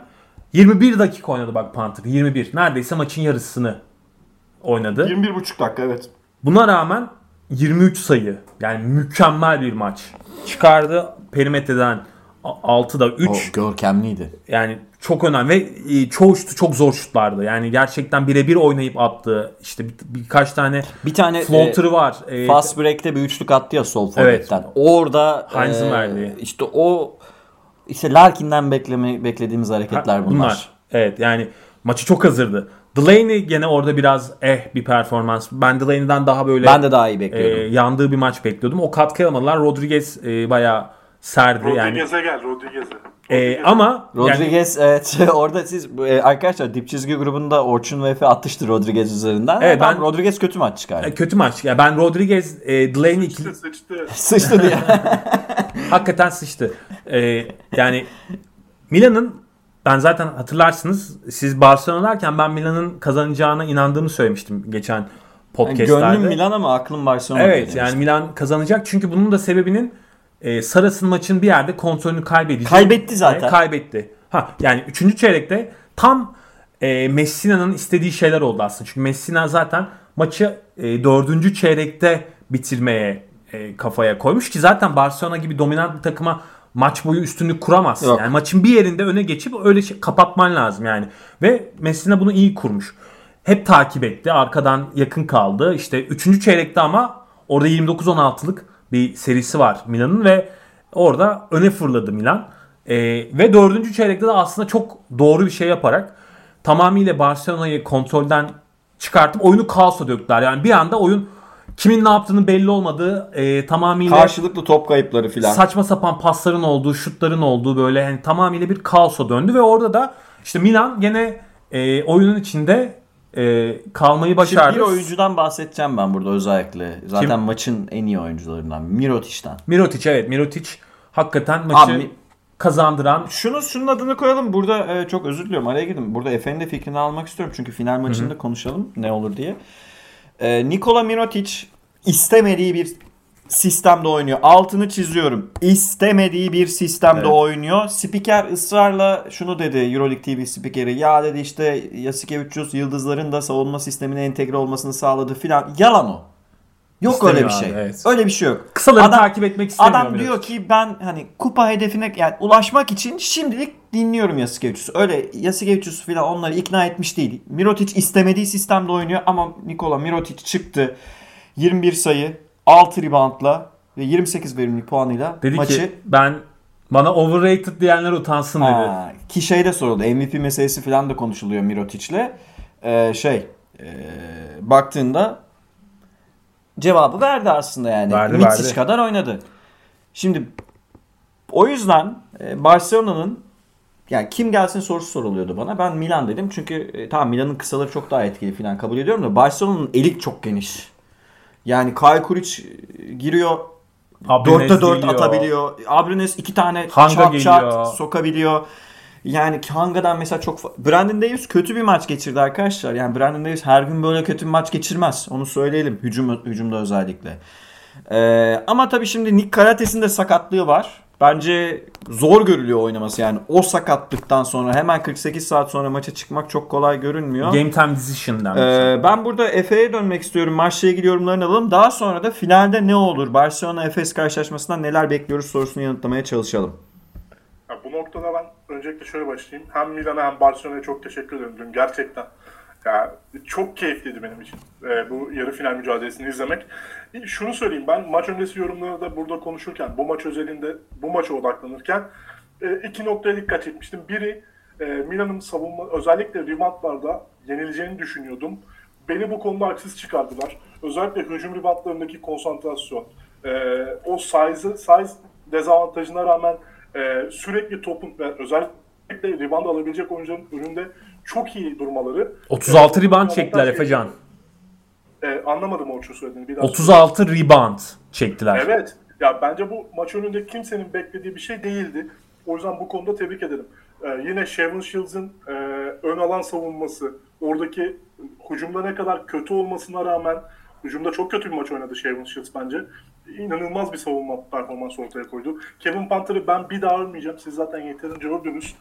21 dakika oynadı bak Panther. 21. Neredeyse maçın yarısını oynadı. 21,5 dakika evet. Buna rağmen 23 sayı. Yani mükemmel bir maç. Çıkardı perimetreden 6'da 3. O görkemliydi. Yani çok önemli ve çoğu şutu çok zor şutlardı. Yani gerçekten birebir oynayıp attı. İşte birkaç tane floater'ı var. Fast break'te bir üçlük attı ya sol forvetten. Evet. Orada Heinz'in verdiği. İşte o Larkin'den beklediğimiz hareketler bunlar. Evet yani maçı çok hazırdı. Delaney gene orada biraz bir performans. Ben Delaney'den daha böyle ben de daha iyi bekliyordum. Yandığı bir maç bekliyordum. O katkı alamadılar. Rodriguez bayağı serdi. Rodriguez'e gel Rodriguez'e. Ama Rodriguez evet orada siz arkadaşlar dip çizgi grubunda Orçun ve Efe atıştı Rodriguez üzerinden. Evet, ben Rodriguez kötü maç çıkardı. Kötü maç. Yani ben Rodriguez Delaney sıçtı diye. Hakikaten sıçtı. Yani Milan'ın ben zaten hatırlarsınız siz Barcelona derken ben Milan'ın kazanacağına inandığımı söylemiştim geçen podcastlerde. Yani gönlüm Milan ama aklım Barcelona. Evet yani Milan kazanacak çünkü bunun da sebebinin Saras'ın maçın bir yerde kontrolünü kaybedecek. Kaybetti zaten. Kaybetti. Yani 3. çeyrekte tam Messina'nın istediği şeyler oldu aslında. Çünkü Messina zaten maçı 4. çeyrekte bitirmeye kafaya koymuş ki zaten Barcelona gibi dominant bir takıma maç boyu üstünlük kuramazsın. Yok. Yani maçın bir yerinde öne geçip öyle kapatman lazım yani. Ve Messina bunu iyi kurmuş. Hep takip etti. Arkadan yakın kaldı. İşte 3. çeyrekte ama orada 29-16'lık bir serisi var Milan'ın ve orada öne fırladı Milan. Ve 4. çeyrekte de aslında çok doğru bir şey yaparak tamamıyla Barcelona'yı kontrolden çıkartıp oyunu kaosa döktüler. Yani bir anda oyun kimin ne yaptığını belli olmadığı tamamıyla karşılıklı top kayıpları filan. Saçma sapan pasların olduğu, şutların olduğu böyle yani tamamıyla bir kaosa döndü ve orada da işte Milan gene oyunun içinde kalmayı başardı. Şimdi bir oyuncudan bahsedeceğim ben burada özellikle. Zaten maçın en iyi oyuncularından. Mirotic'ten. Mirotic hakikaten maçı kazandıran. Şunun adını koyalım. Burada çok özür diliyorum. Araya girdim. Burada Efe'nin de fikrini almak istiyorum. Çünkü final maçında konuşalım ne olur diye. Nikola Mirotic istemediği bir sistemde oynuyor. Altını çiziyorum. İstemediği bir sistemde oynuyor. Spiker ısrarla şunu dedi, EuroLeague TV spikeri. Ya dedi işte Jasikevičius yıldızların da savunma sistemine entegre olmasını sağladı filan. Yalan o. Yok İstemiyor öyle bir şey. Evet. Öyle bir şey yok. Kısaları takip etmek istemiyor. Adam diyor ki ben hani kupa hedefine yani ulaşmak için şimdilik dinliyorum Jasikevičius'u. Öyle Jasikevičius filan onları ikna etmiş değil. Mirotic istemediği sistemde oynuyor ama Nikola Mirotic çıktı. 21 sayı, 6 reboundla ve 28 verimlilik puanıyla dedi maçı... ki bana overrated diyenler utansın dedi. Ki şey de soruldu. MVP meselesi falan da konuşuluyor Mirotic'le. baktığında cevabı verdi aslında yani. Mitsic kadar oynadı. Şimdi o yüzden Barcelona'nın yani kim gelsin sorusu soruluyordu bana. Ben Milan dedim. Çünkü tamam Milan'ın kısaları çok daha etkili falan kabul ediyorum da Barcelona'nın eli çok geniş. Yani Kyle Kuric giriyor. 4'te 4 atabiliyor. Abrines 2 tane çat sokabiliyor. Yani Hanga'dan mesela çok... Brandon Davies kötü bir maç geçirdi arkadaşlar. Yani Brandon Davies her gün böyle kötü bir maç geçirmez. Onu söyleyelim. Hücumda özellikle. Ama tabii şimdi Nick Calates'in de sakatlığı var. Bence zor görülüyor oynaması yani. O sakatlıktan sonra hemen 48 saat sonra maça çıkmak çok kolay görünmüyor. Game time decision'dan. Ben burada Efe'ye dönmek istiyorum. Maçla ilgili yorumlarını alalım. Daha sonra da finalde ne olur? Barcelona-Efes karşılaşmasından neler bekliyoruz sorusunu yanıtlamaya çalışalım. Ya bu noktada ben öncelikle şöyle başlayayım. Hem Milan'a hem Barcelona'ya çok teşekkür ederim dün. Gerçekten ya, çok keyifliydi benim için bu yarı final mücadelesini izlemek. Şunu söyleyeyim, ben maç öncesi yorumları da burada konuşurken, bu maç özelinde, bu maça odaklanırken iki noktaya dikkat etmiştim. Biri Milan'ın savunma, özellikle reboundlarda yenileceğini düşünüyordum. Beni bu konuda haksız çıkardılar. Özellikle hücum reboundlarındaki konsantrasyon, o size dezavantajına rağmen sürekli topun ve özellikle rebound alabilecek oyuncuların önünde çok iyi durmaları. 36 rebound çektiler Efecan. Anlamadım o şu söylediğini. Bir daha 36 rebound çektiler. Evet. Ya bence bu maç önünde kimsenin beklediği bir şey değildi. O yüzden bu konuda tebrik ederim. Yine Shavon Shields'ın ön alan savunması, oradaki hücumda ne kadar kötü olmasına rağmen hücumda çok kötü bir maç oynadı Shavon Shields bence. İnanılmaz bir savunma performansı ortaya koydu. Kevin Panther'ı ben bir daha övmeyeceğim. Siz zaten yeterince övdünüz.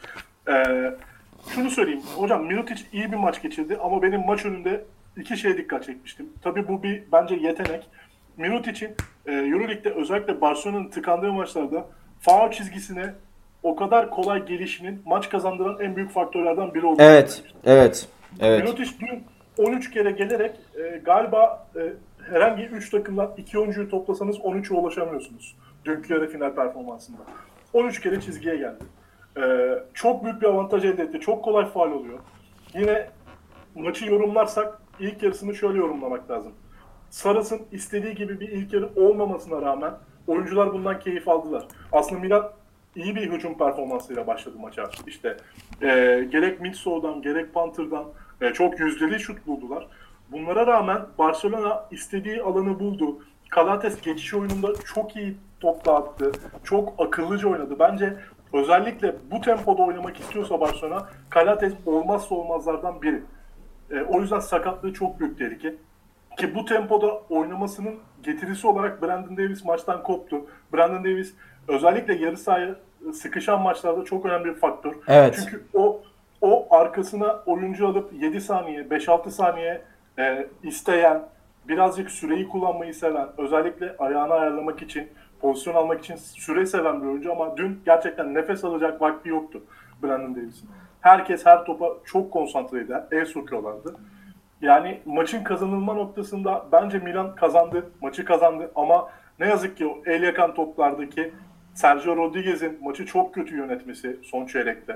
Şunu söyleyeyim. Hocam Mirotic iyi bir maç geçirdi ama benim maç önünde iki şeye dikkat çekmiştim. Tabii bu bir bence yetenek. Mirotic'in Euroleague'de özellikle Barcelona'nın tıkandığı maçlarda faul çizgisine o kadar kolay gelişinin maç kazandıran en büyük faktörlerden biri olduğunu Evet. Mirotic dün 13 kere gelerek galiba herhangi 3 takımdan 2 oyuncuyu toplasanız 13'e ulaşamıyorsunuz. Dünkü yarı final performansında. 13 kere çizgiye geldi. Çok büyük bir avantaj elde etti. Çok kolay faul oluyor. Yine maçı yorumlarsak ilk yarısını şöyle yorumlamak lazım. Saras'ın istediği gibi bir ilk yarı olmamasına rağmen oyuncular bundan keyif aldılar. Aslında Milan iyi bir hücum performansıyla başladı maça. İşte gerek Mitsou'dan gerek Panther'dan çok yüzdeli şut buldular. Bunlara rağmen Barcelona istediği alanı buldu. Calates geçiş oyununda çok iyi top dağıttı. Çok akıllıca oynadı. Bence özellikle bu tempoda oynamak istiyorsa Barcelona, Calates olmazsa olmazlardan biri. O yüzden sakatlığı çok büyük tehlike. Ki bu tempoda oynamasının getirisi olarak Brandon Davies maçtan koptu. Brandon Davies özellikle yarı sahaya sıkışan maçlarda çok önemli bir faktör. Evet. Çünkü o arkasına oyuncu alıp 7 saniye, 5-6 saniye isteyen, birazcık süreyi kullanmayı seven, özellikle ayağını ayarlamak için, pozisyon almak için süre seven bir oyuncu ama dün gerçekten nefes alacak vakti yoktu Brandon Davies'in. Herkes her topa çok konsantreydi, el sokuyorlardı. Yani maçın kazanılma noktasında bence Milan kazandı, maçı kazandı ama ne yazık ki o el yakan toplardaki Sergio Rodriguez'in maçı çok kötü yönetmesi son çeyrekte.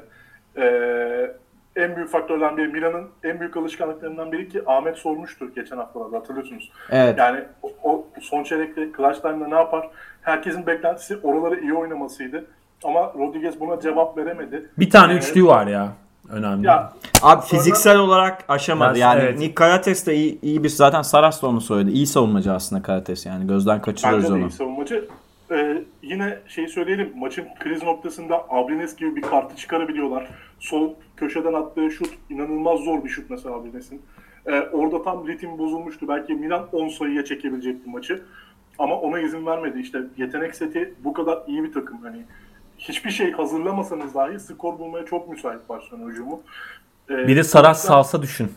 En büyük faktörlerden biri, Milan'ın en büyük alışkanlıklarından biri ki Ahmet sormuştur geçen haftalarda, hatırlıyorsunuz. Evet. Yani o son çeyrekte clutch time'da ne yapar? Herkesin beklentisi oraları iyi oynamasıydı. Ama Rodriguez buna cevap veremedi. Bir tane üçlüğü var ya. Önemli. Ya, abi fiziksel olarak aşamadı. Yani evet. Nick Calates de iyi bir, zaten Saras da onu söyledi. İyi savunmacı aslında Calates, yani gözden kaçırıyoruz bence de onu. iyi savunmacı. Yine şeyi söyleyelim, maçın kriz noktasında Abrines gibi bir kartı çıkarabiliyorlar. Sol köşeden attığı şut inanılmaz zor bir şut mesela Abrines'in. Orada tam ritim bozulmuştu. Belki Milan 10 sayıya çekebilecekti maçı. Ama ona izin vermedi. İşte yetenek seti bu kadar iyi bir takım. Hani hiçbir şey hazırlamasanız dahi skor bulmaya çok müsait Barcelona hücumu. Bir de Saras salsa düşün.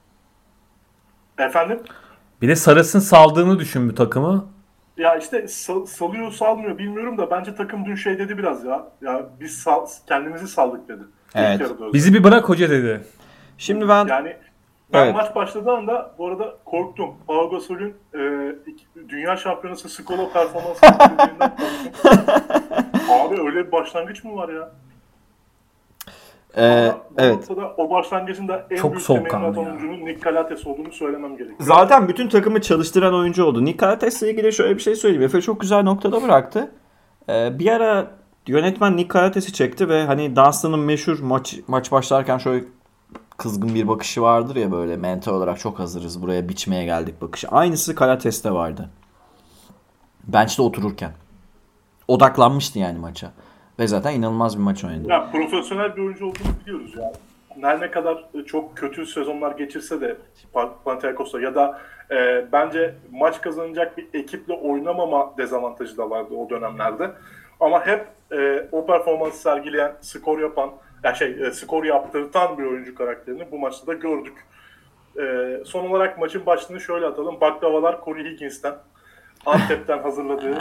Efendim? Bir de Saras'ın saldığını düşün bu takımı. Ya işte salıyor salmıyor bilmiyorum da bence takım dün şey dedi biraz ya. Ya biz kendimizi saldık dedi. Evet. Bizi bir bırak hoca dedi. Şimdi ben evet. Maç başladığı anda bu arada korktum. Pau Gasol'ün Dünya Şampiyonası Skola performansından korktum. Abi öyle bir başlangıç mı var ya? Evet. Noktada o başlangıcında en Çok büyük soğukkanlı temelini atan ya. oyuncunun Nick Calates olduğunu söylemem gerekiyor. Zaten bütün takımı çalıştıran oyuncu oldu. Nick Calates'le ilgili şöyle bir şey söyleyeyim. Efe çok güzel noktada bıraktı. Bir ara yönetmen Nick Calates'i çekti ve hani Dunstan'ın meşhur maç başlarken şöyle kızgın bir bakışı vardır ya, böyle mental olarak çok hazırız, buraya biçmeye geldik bakışı. Aynısı Calates'te vardı. Bench'te otururken. Odaklanmıştı yani maça. Ve zaten inanılmaz bir maç oynadı. Ya, profesyonel bir oyuncu olduğunu biliyoruz ya. Her ne kadar çok kötü sezonlar geçirse de Panathinaikos'ta ya da bence maç kazanacak bir ekiple oynamama dezavantajı da vardı o dönemlerde. Ama hep o performansı sergileyen, skor yapan, skor yaptırtan bir oyuncu karakterini bu maçta da gördük. Son olarak maçın başlığını şöyle atalım. Baklavalar Corey Higgins'ten, Antep'ten hazırladığı.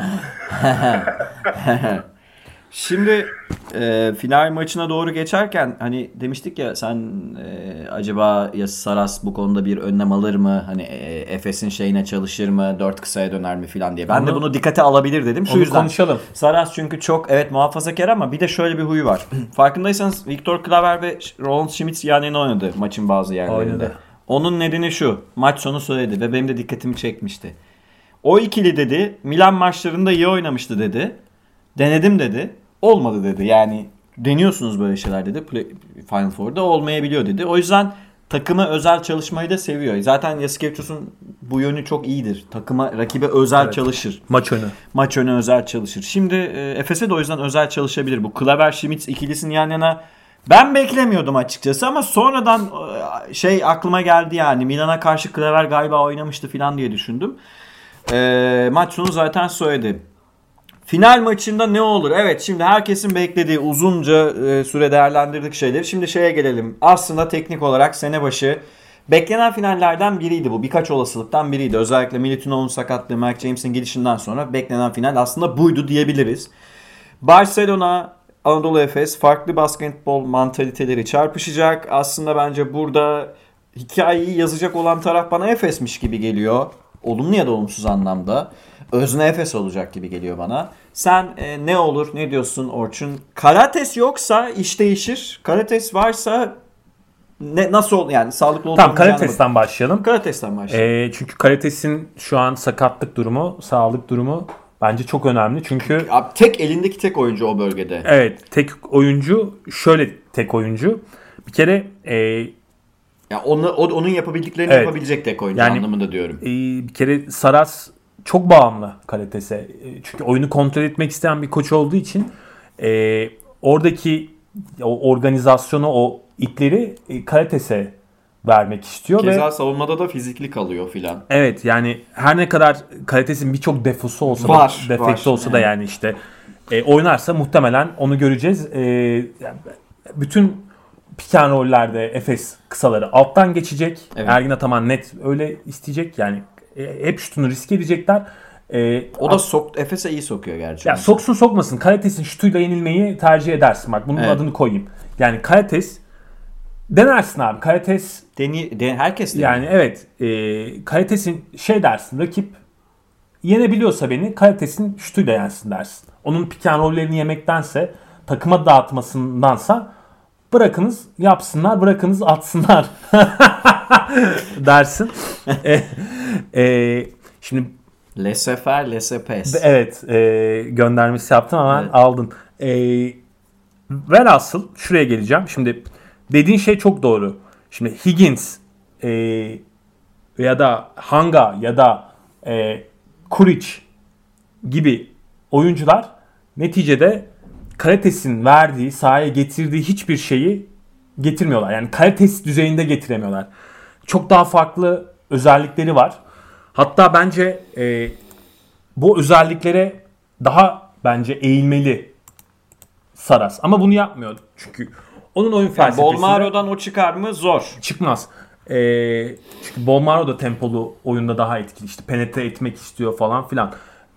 Şimdi final maçına doğru geçerken hani demiştik ya, sen acaba ya Saras bu konuda bir önlem alır mı? Hani Efes'in şeyine çalışır mı? 4 kısaya döner mi falan diye. Ben de bunu dikkate alabilir dedim. Şu yüzden konuşalım. Saras çünkü çok muhafazakar ama bir de şöyle bir huyu var. Farkındaysanız Viktor Klaver ve Roland Schmitz yan yana oynadı maçın bazı yerlerinde. Oynadı. Onun nedeni şu. Maç sonu söyledi ve benim de dikkatimi çekmişti. O ikili dedi Milan maçlarında iyi oynamıştı dedi. Denedim dedi. Olmadı dedi. Yani deniyorsunuz böyle şeyler dedi. Final Four'da olmayabiliyor dedi. O yüzden takıma özel çalışmayı da seviyor. Zaten Jasikevičius'un bu yönü çok iyidir. Takıma, rakibe özel çalışır. Maç önü özel çalışır. Şimdi Efes'e de o yüzden özel çalışabilir. Bu Klaver-Schmitz ikilisinin yan yana ben beklemiyordum açıkçası ama sonradan aklıma geldi yani. Milan'a karşı Klaver galiba oynamıştı falan diye düşündüm. Maç sonu zaten söyledi. Final maçında ne olur? Evet, şimdi herkesin beklediği uzunca süre değerlendirdik şeyleri. Şimdi şeye gelelim. Aslında teknik olarak sene başı beklenen finallerden biriydi bu. Birkaç olasılıktan biriydi. Özellikle Milutinov'un sakatlığı, Mike James'in gidişinden sonra beklenen final aslında buydu diyebiliriz. Barcelona, Anadolu Efes farklı basketbol mantaliteleri çarpışacak. Aslında bence burada hikayeyi yazacak olan taraf bana Efes'miş gibi geliyor. Olumlu ya da olumsuz anlamda. Özne Efes olacak gibi geliyor bana. Sen ne olur, ne diyorsun Orçun? Calathes yoksa iş değişir. Calathes varsa nasıl olur? Yani sağlıklı olur. Tamam, Calates'ten başlayalım. Çünkü Calates'in şu an sakatlık durumu, sağlık durumu bence çok önemli. Çünkü abi, elindeki tek oyuncu o bölgede. Evet, tek oyuncu. Şöyle tek oyuncu. Bir kere ya onun yapabildiklerini yapabilecek tek oyuncu anlamında diyorum. Bir kere Saras çok bağımlı Calates'e. Çünkü oyunu kontrol etmek isteyen bir koç olduğu için oradaki o organizasyonu, o ipleri Calates'e vermek istiyor. Keza savunmada da fizikli kalıyor filan. Evet, yani her ne kadar Calates'in birçok defosu olsa da, defekti olsa da yani işte oynarsa muhtemelen onu göreceğiz. Yani bütün pick and roll'lerde Efes kısaları alttan geçecek. Evet. Ergin Ataman net öyle isteyecek. Yani hep şutunu riske edecekler. O da Efes'e iyi sokuyor gerçekten. Ya soksun sokmasın. Calates'in şutuyla yenilmeyi tercih edersin. Bak bunun adını koyayım. Yani Calates denersin abi. Calates herkes deniyor. Yani evet. Calates'in dersin. Rakip yenebiliyorsa beni Calates'in şutuyla yensin dersin. Onun pick and roll'lerini yemektense, takıma dağıtmasındansa bırakınız yapsınlar, bırakınız atsınlar dersin. Şimdi Laissez-faire, laissez-passer. Evet, göndermesi yaptım ama aldın. Velhasıl şuraya geleceğim. Şimdi dediğin şey çok doğru. Şimdi Higgins ya da Hanga ya da Kuric gibi oyuncular neticede Calates'in verdiği, sahaya getirdiği hiçbir şeyi getirmiyorlar. Yani Calates düzeyinde getiremiyorlar. Çok daha farklı özellikleri var. Hatta bence bu özelliklere daha bence eğilmeli Saras. Ama bunu yapmıyor. Çünkü onun oyun felsefesi... Bolmaro'dan o çıkar mı? Zor. Çıkmaz. Çünkü Bolmaro da tempolu oyunda daha etkili. İşte penetre etmek istiyor falan filan.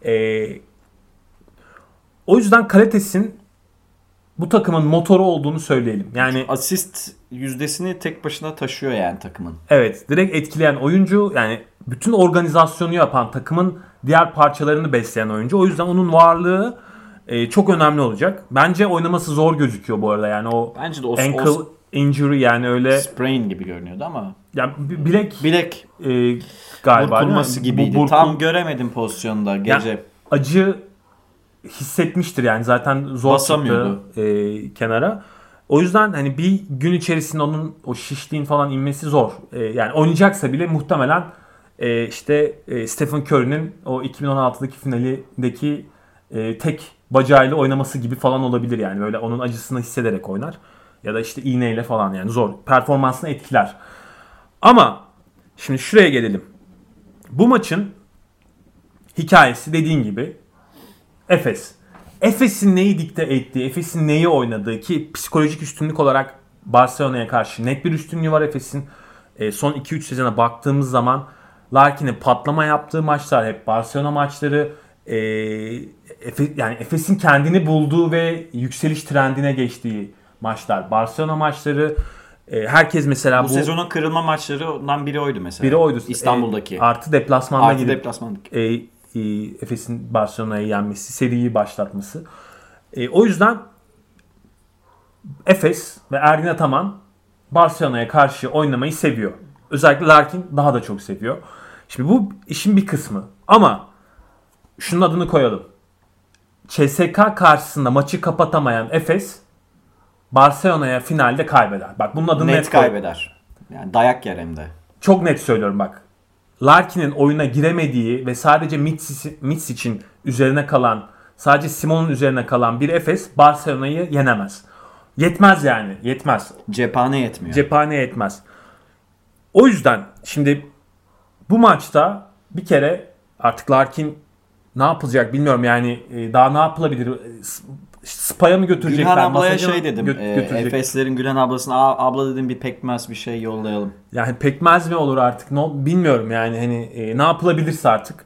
O yüzden Calates'in bu takımın motoru olduğunu söyleyelim. Yani asist yüzdesini tek başına taşıyor yani takımın. Evet, direkt etkileyen oyuncu, yani bütün organizasyonu yapan, takımın diğer parçalarını besleyen oyuncu. O yüzden onun varlığı çok önemli olacak. Bence oynaması zor gözüküyor bu arada. Yani o Bence de o ankle injury yani öyle sprain gibi görünüyordu ama. Yani bilek galiba burkulması gibiydi. Tam göremedim pozisyonda gece. Yani acı hissetmiştir yani zaten zor basamıyordu kenara. O yüzden hani bir gün içerisinde onun o şişliğin falan inmesi zor. Yani oynayacaksa bile muhtemelen Stephen Curry'nin o 2016'daki finalindeki tek bacağıyla oynaması gibi falan olabilir yani. Böyle onun acısını hissederek oynar. Ya da işte iğneyle falan yani zor. Performansını etkiler. Ama şimdi şuraya gelelim. Bu maçın hikayesi dediğin gibi Efes. Efes'in neyi dikte ettiği, Efes'in neyi oynadığı ki psikolojik üstünlük olarak Barcelona'ya karşı net bir üstünlüğü var Efes'in. Son 2-3 sezona baktığımız zaman Larkin'in patlama yaptığı maçlar hep Barcelona maçları. Yani Efes'in kendini bulduğu ve yükseliş trendine geçtiği maçlar. Barcelona maçları. Herkes mesela bu sezonun kırılma maçlarından biri oydu mesela. Biri oydu. İstanbul'daki. Artı deplasmanda gidip Efes'in Barcelona'yı yenmesi, seriyi başlatması. O yüzden Efes ve Ergin Ataman Barcelona'ya karşı oynamayı seviyor. Özellikle Larkin daha da çok seviyor. Şimdi bu işin bir kısmı. Ama şunun adını koyalım. CSKA karşısında maçı kapatamayan Efes Barcelona'ya finalde kaybeder. Bak bunun adını net kaybeder. Yani dayak yer hem de. Çok net söylüyorum bak. Larkin'in oyuna giremediği ve sadece Mitsic'in üzerine kalan, sadece Simon'un üzerine kalan bir Efes Barcelona'yı yenemez. Yetmez yani. Yetmez. Cephane yetmiyor. Cephane yetmez. O yüzden şimdi bu maçta bir kere artık Larkin ne yapılacak bilmiyorum yani daha ne yapılabilir? Spa'ya mı götürecekler? Gülen ablaya dedim. Efeslerin Gülen ablasına abla dedim bir pekmez bir şey yollayalım. Yani pekmez mi olur artık? Bilmiyorum yani hani ne yapılabilirse artık.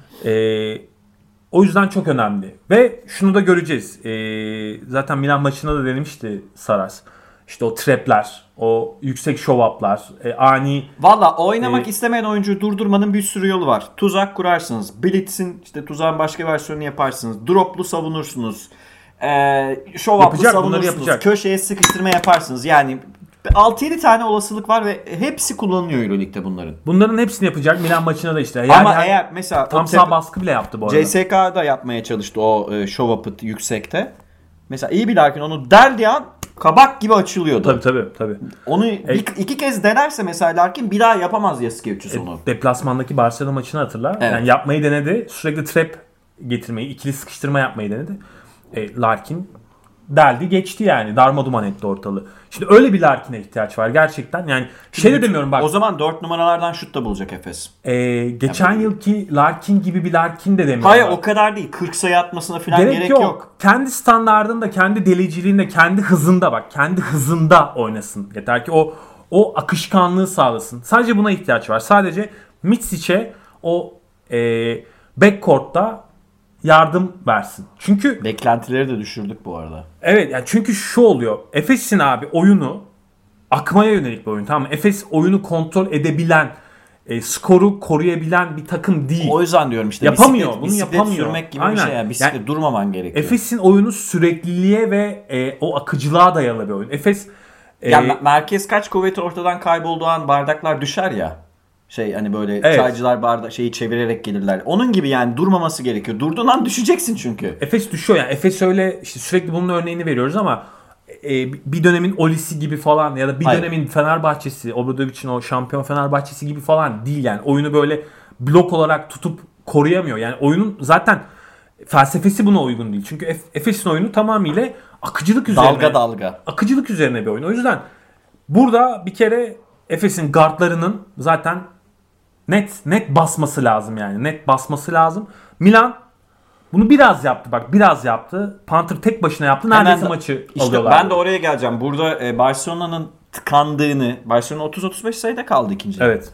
O yüzden çok önemli. Ve şunu da göreceğiz. Zaten Milan maçında da denemişti Saras. İşte o trapler, o yüksek show-up'lar, ani... Valla oynamak istemeyen oyuncuyu durdurmanın bir sürü yolu var. Tuzak kurarsınız. Blitz'in tuzağın başka versiyonunu yaparsınız. Drop'lu savunursunuz. Show-up'lu savunursunuz. Köşeye sıkıştırma yaparsınız. Yani 6-7 tane olasılık var ve hepsi kullanılıyor Euroleague'de bunların. Bunların hepsini yapacak Milan maçına da işte. Yani ama eğer mesela tam sağ baskı bile yaptı bu arada. CSK da yapmaya çalıştı o show-up'ı yüksekte. Mesela iyi bir Larkin onu deldiği an kabak gibi açılıyordu. Tabii. Onu iki kez denerse mesela Larkin bir daha yapamaz Jasikevičius onu. Deplasmandaki Barcelona maçını hatırla. Evet. Yani yapmayı denedi. Sürekli trap getirmeyi, ikili sıkıştırma yapmayı denedi. Larkin deldi geçti yani. Darmaduman etti ortalığı. Şimdi öyle bir Larkin'e ihtiyaç var gerçekten. Yani de demiyorum bak. O zaman 4 numaralardan şut da bulacak Efes. Geçen yılki Larkin gibi bir Larkin de demiyorum. Hayır o kadar değil. 40 sayı atmasına falan gerek yok. Kendi standardında, kendi deliciliğinde, kendi hızında bak. Kendi hızında oynasın. Yeter ki o akışkanlığı sağlasın. Sadece buna ihtiyaç var. Sadece Mitsic'e o backcourt'ta yardım versin. Çünkü beklentileri de düşürdük bu arada. Evet yani çünkü şu oluyor. Efes'in abi oyunu akmaya yönelik bir oyun. Tamam mı? Efes oyunu kontrol edebilen, skoru koruyabilen bir takım değil. O yüzden diyorum işte. Yapamıyor. Bunu yapamıyor. Sürmek gibi bir şey yani. Bisiklet durmaman gerekiyor. Efes'in oyunu sürekliliğe ve o akıcılığa dayalı bir oyun. Efes merkez kaç kuvveti ortadan kaybolduğu an bardaklar düşer ya. Hani böyle çaycılar bardak şeyi çevirerek gelirler. Onun gibi yani durmaması gerekiyor. Durduğun an düşeceksin çünkü. Efes düşüyor yani. Efes öyle işte sürekli bunun örneğini veriyoruz ama bir dönemin Olisi gibi falan ya da bir dönemin Fenerbahçesi, Obradovic'in o şampiyon Fenerbahçesi gibi falan değil yani. Oyunu böyle blok olarak tutup koruyamıyor. Yani oyunun zaten felsefesi buna uygun değil. Çünkü Efes'in oyunu tamamıyla akıcılık üzerine. Dalga. Akıcılık üzerine bir oyun. O yüzden burada bir kere Efes'in guardlarının zaten net basması lazım yani. Net basması lazım. Milan bunu biraz yaptı. Bak biraz yaptı. Panther tek başına yaptı. Neredeyse maçı alıyorlar. Ben de oraya geleceğim. Burada Barcelona'nın tıkandığını, Barcelona 30-35 sayıda kaldı ikinci. Evet.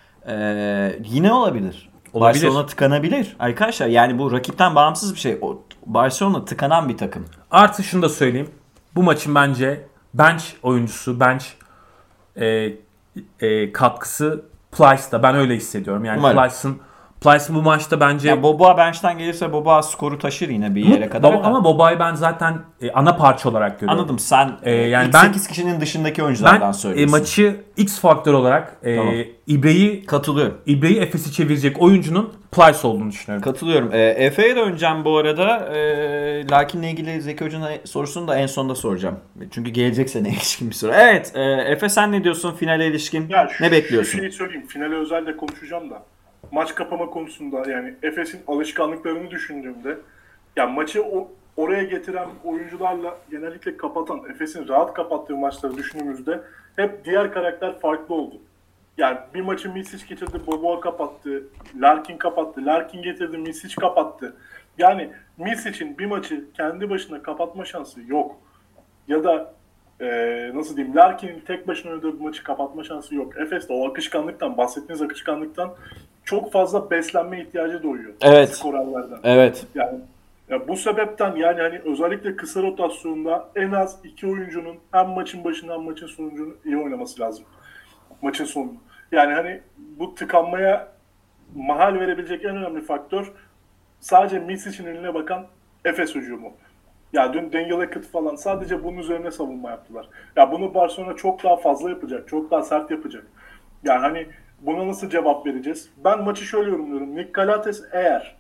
Yine olabilir. Barcelona tıkanabilir. Arkadaşlar yani bu rakipten bağımsız bir şey. Barcelona tıkanan bir takım. Artı şunu da söyleyeyim. Bu maçın bence bench oyuncusu, katkısı Plyce'da. Ben öyle hissediyorum. Yani Plyce bu maçta bence... Ya Boboa bench'ten gelirse Boboa skoru taşır yine bir yere kadar. Ama Boba'yı ben zaten ana parça olarak görüyorum. Anladım, sen yani ilk 8 kişinin dışındaki oyunculardan söylüyorsun. Maçı X faktör olarak Tamam. Katılıyorum. İbre'yi Efes'i çevirecek oyuncunun Plyce olduğunu düşünüyorum. Katılıyorum. Efe'ye döneceğim bu arada. Larkin'le ilgili Zeki Hoca'nın sorusunu da en sonda soracağım. Çünkü gelecek sene ilişkin bir soru. Evet. Efe sen ne diyorsun finale ilişkin? Ne bekliyorsun? Şu şeyi söyleyeyim. Finale özel de konuşacağım da. Maç kapama konusunda yani Efes'in alışkanlıklarını düşündüğümde ya maçı oraya getiren oyuncularla genellikle kapatan, Efes'in rahat kapattığı maçları düşündüğümüzde hep diğer karakter farklı oldu. Yani bir maçı Micic getirdi, Boboa kapattı, Larkin kapattı, Larkin getirdi, Micic kapattı. Yani Misic'in bir maçı kendi başına kapatma şansı yok. Ya da nasıl diyeyim, Larkin'in tek başına oynadığı bir maçı kapatma şansı yok. Efes'te o akışkanlıktan, bahsettiğiniz akışkanlıktan çok fazla beslenme ihtiyacı doğuyor. Evet. Skorerlerden. Evet. Yani ya bu sebepten yani hani özellikle kısa rotasyonda en az 2 oyuncunun hem maçın başında hem maçın sonunda iyi oynaması lazım. Maçın sonunda. Yani hani bu tıkanmaya mahal verebilecek en önemli faktör sadece Misic'in eline bakan Efes hücumu. Ya dün Daniel Hackett falan sadece bunun üzerine savunma yaptılar. Ya bunu Barcelona çok daha fazla yapacak, çok daha sert yapacak. Yani hani buna nasıl cevap vereceğiz? Ben maçı şöyle yorumluyorum. Nick Galates eğer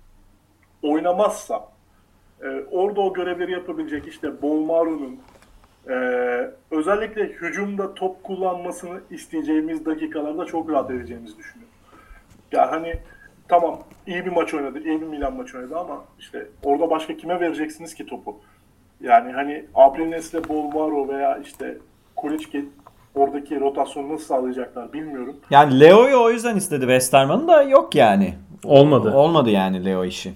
oynamazsa orada o görevleri yapabilecek işte Bolmaro'nun özellikle hücumda top kullanmasını isteyeceğimiz dakikalarda çok rahat edeceğimizi düşünüyorum. Ya hani tamam iyi bir maç oynadı, iyi bir Milan maçı oynadı ama işte orada başka kime vereceksiniz ki topu? Yani hani Abrines'le Bolmaro veya işte Kuliçki oradaki rotasyonu nasıl sağlayacaklar bilmiyorum. Yani Leo'yu o yüzden istedi Westerman'ın da yok yani. Olmadı. Olmadı yani Leo işi.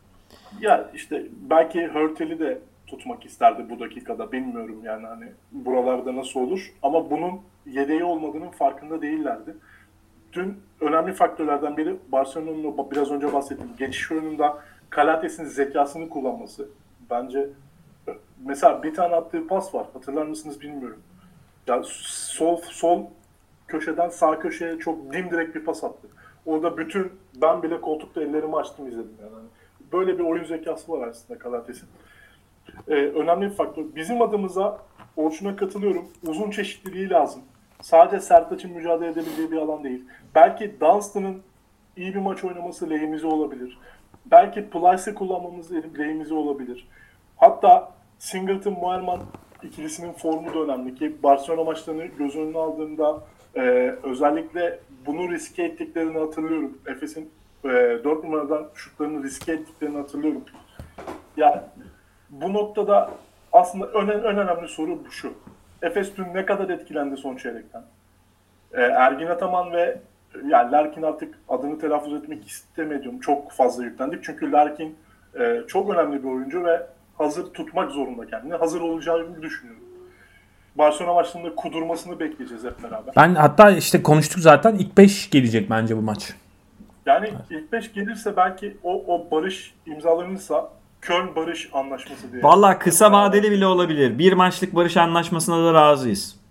Ya işte belki Hurtel'i de tutmak isterdi bu dakikada bilmiyorum yani hani buralarda nasıl olur. Ama bunun yedeği olmadığının farkında değillerdi. Dün önemli faktörlerden biri Barcelona'nın biraz önce bahsettiğim geçiş oyununda Calates'in zekasını kullanması. Bence mesela bir tane attığı pas var. Hatırlar mısınız bilmiyorum. Ya sol köşeden sağ köşeye çok dimdirek bir pas attı. Orada ben bile koltukta ellerimi açtım izledim yani. Böyle bir oyun zekası var aslında Calates'in. Önemli bir faktör. Bizim adımıza Orçun'a katılıyorum. Uzun çeşitliliği lazım. Sadece Sertaç'ın mücadele edebileceği bir alan değil. Belki Dunstan'ın iyi bir maç oynaması lehimize olabilir. Belki Plyce'ı kullanmamız lehimize olabilir. Hatta Singleton-Muerman ikilisinin formu da önemli ki Barcelona maçlarını göz önüne aldığımda özellikle bunu riske ettiklerini hatırlıyorum. Efes'in 4 numaradan şutlarını riske ettiklerini hatırlıyorum. Yani bu noktada aslında önemli soru şu. Efes dün ne kadar etkilendi son çeyrekten? Ergin Ataman ve yani Larkin artık adını telaffuz etmek istemiyorum. Çok fazla yüklendik. Çünkü Larkin çok önemli bir oyuncu ve hazır tutmak zorunda kendini. Hazır olacağını düşünüyorum. Barcelona maçlarında kudurmasını bekleyeceğiz hep beraber. Ben hatta işte konuştuk zaten ilk 5 gelecek bence bu maç. Yani ilk 5 gelirse belki o barış imzalanırsa Köln barış anlaşması diye. Vallahi kısa vadeli bile olabilir. Bir maçlık barış anlaşmasına da razıyız.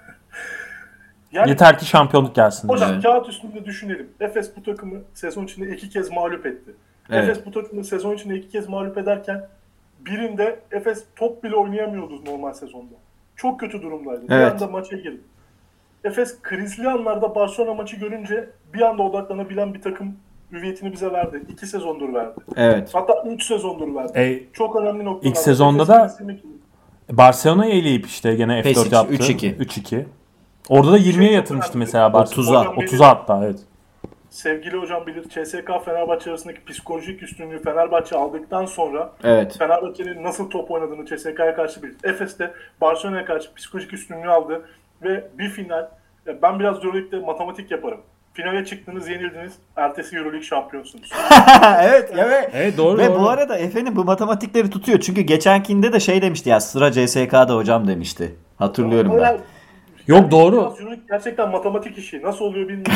Yani, yeter ki şampiyonluk gelsin. Hocam Evet. kağıt üstünde düşünelim. Efes bu takımı sezon içinde 2 kez mağlup etti. Evet. Efes bu takımı sezon içinde 2 kez mağlup ederken birinde Efes top bile oynayamıyordu normal sezonda. Çok kötü durumdaydı. Bir Evet. anda maça girdi. Efes krizli anlarda Barcelona maçı görünce bir anda odaklanabilen bir takım hüviyetini bize verdi. 2 sezondur verdi. Evet. Hatta 3 sezondur verdi. Çok önemli noktalar. İlk sezonda da Barcelona'yı eleyip işte gene F4 Pesic, yaptı. 3-2. 3-2. Orada da 20'ye çok yatırmıştı önemli. mesela Barcelona. 30'a. 30'a hatta evet. Sevgili hocam bilir, CSKA Fenerbahçe arasındaki psikolojik üstünlüğü Fenerbahçe aldıktan sonra Evet. Fenerbahçe'nin nasıl top oynadığını CSKA'ya karşı bilir. Efes de Barcelona'ya karşı psikolojik üstünlüğü aldı ve bir final, ben biraz Euroleague'de matematik yaparım. Finale çıktınız, yenildiniz, ertesi Euroleague şampiyonsunuz. Evet. Evet doğru. Ve doğru. bu arada Efe'nin bu matematikleri tutuyor. Çünkü geçenkinde de şey demişti ya, sıra CSK'da hocam demişti. Hatırlıyorum ben. Yok doğru. Biraz Euroleague gerçekten matematik işi. Nasıl oluyor bilmiyorum.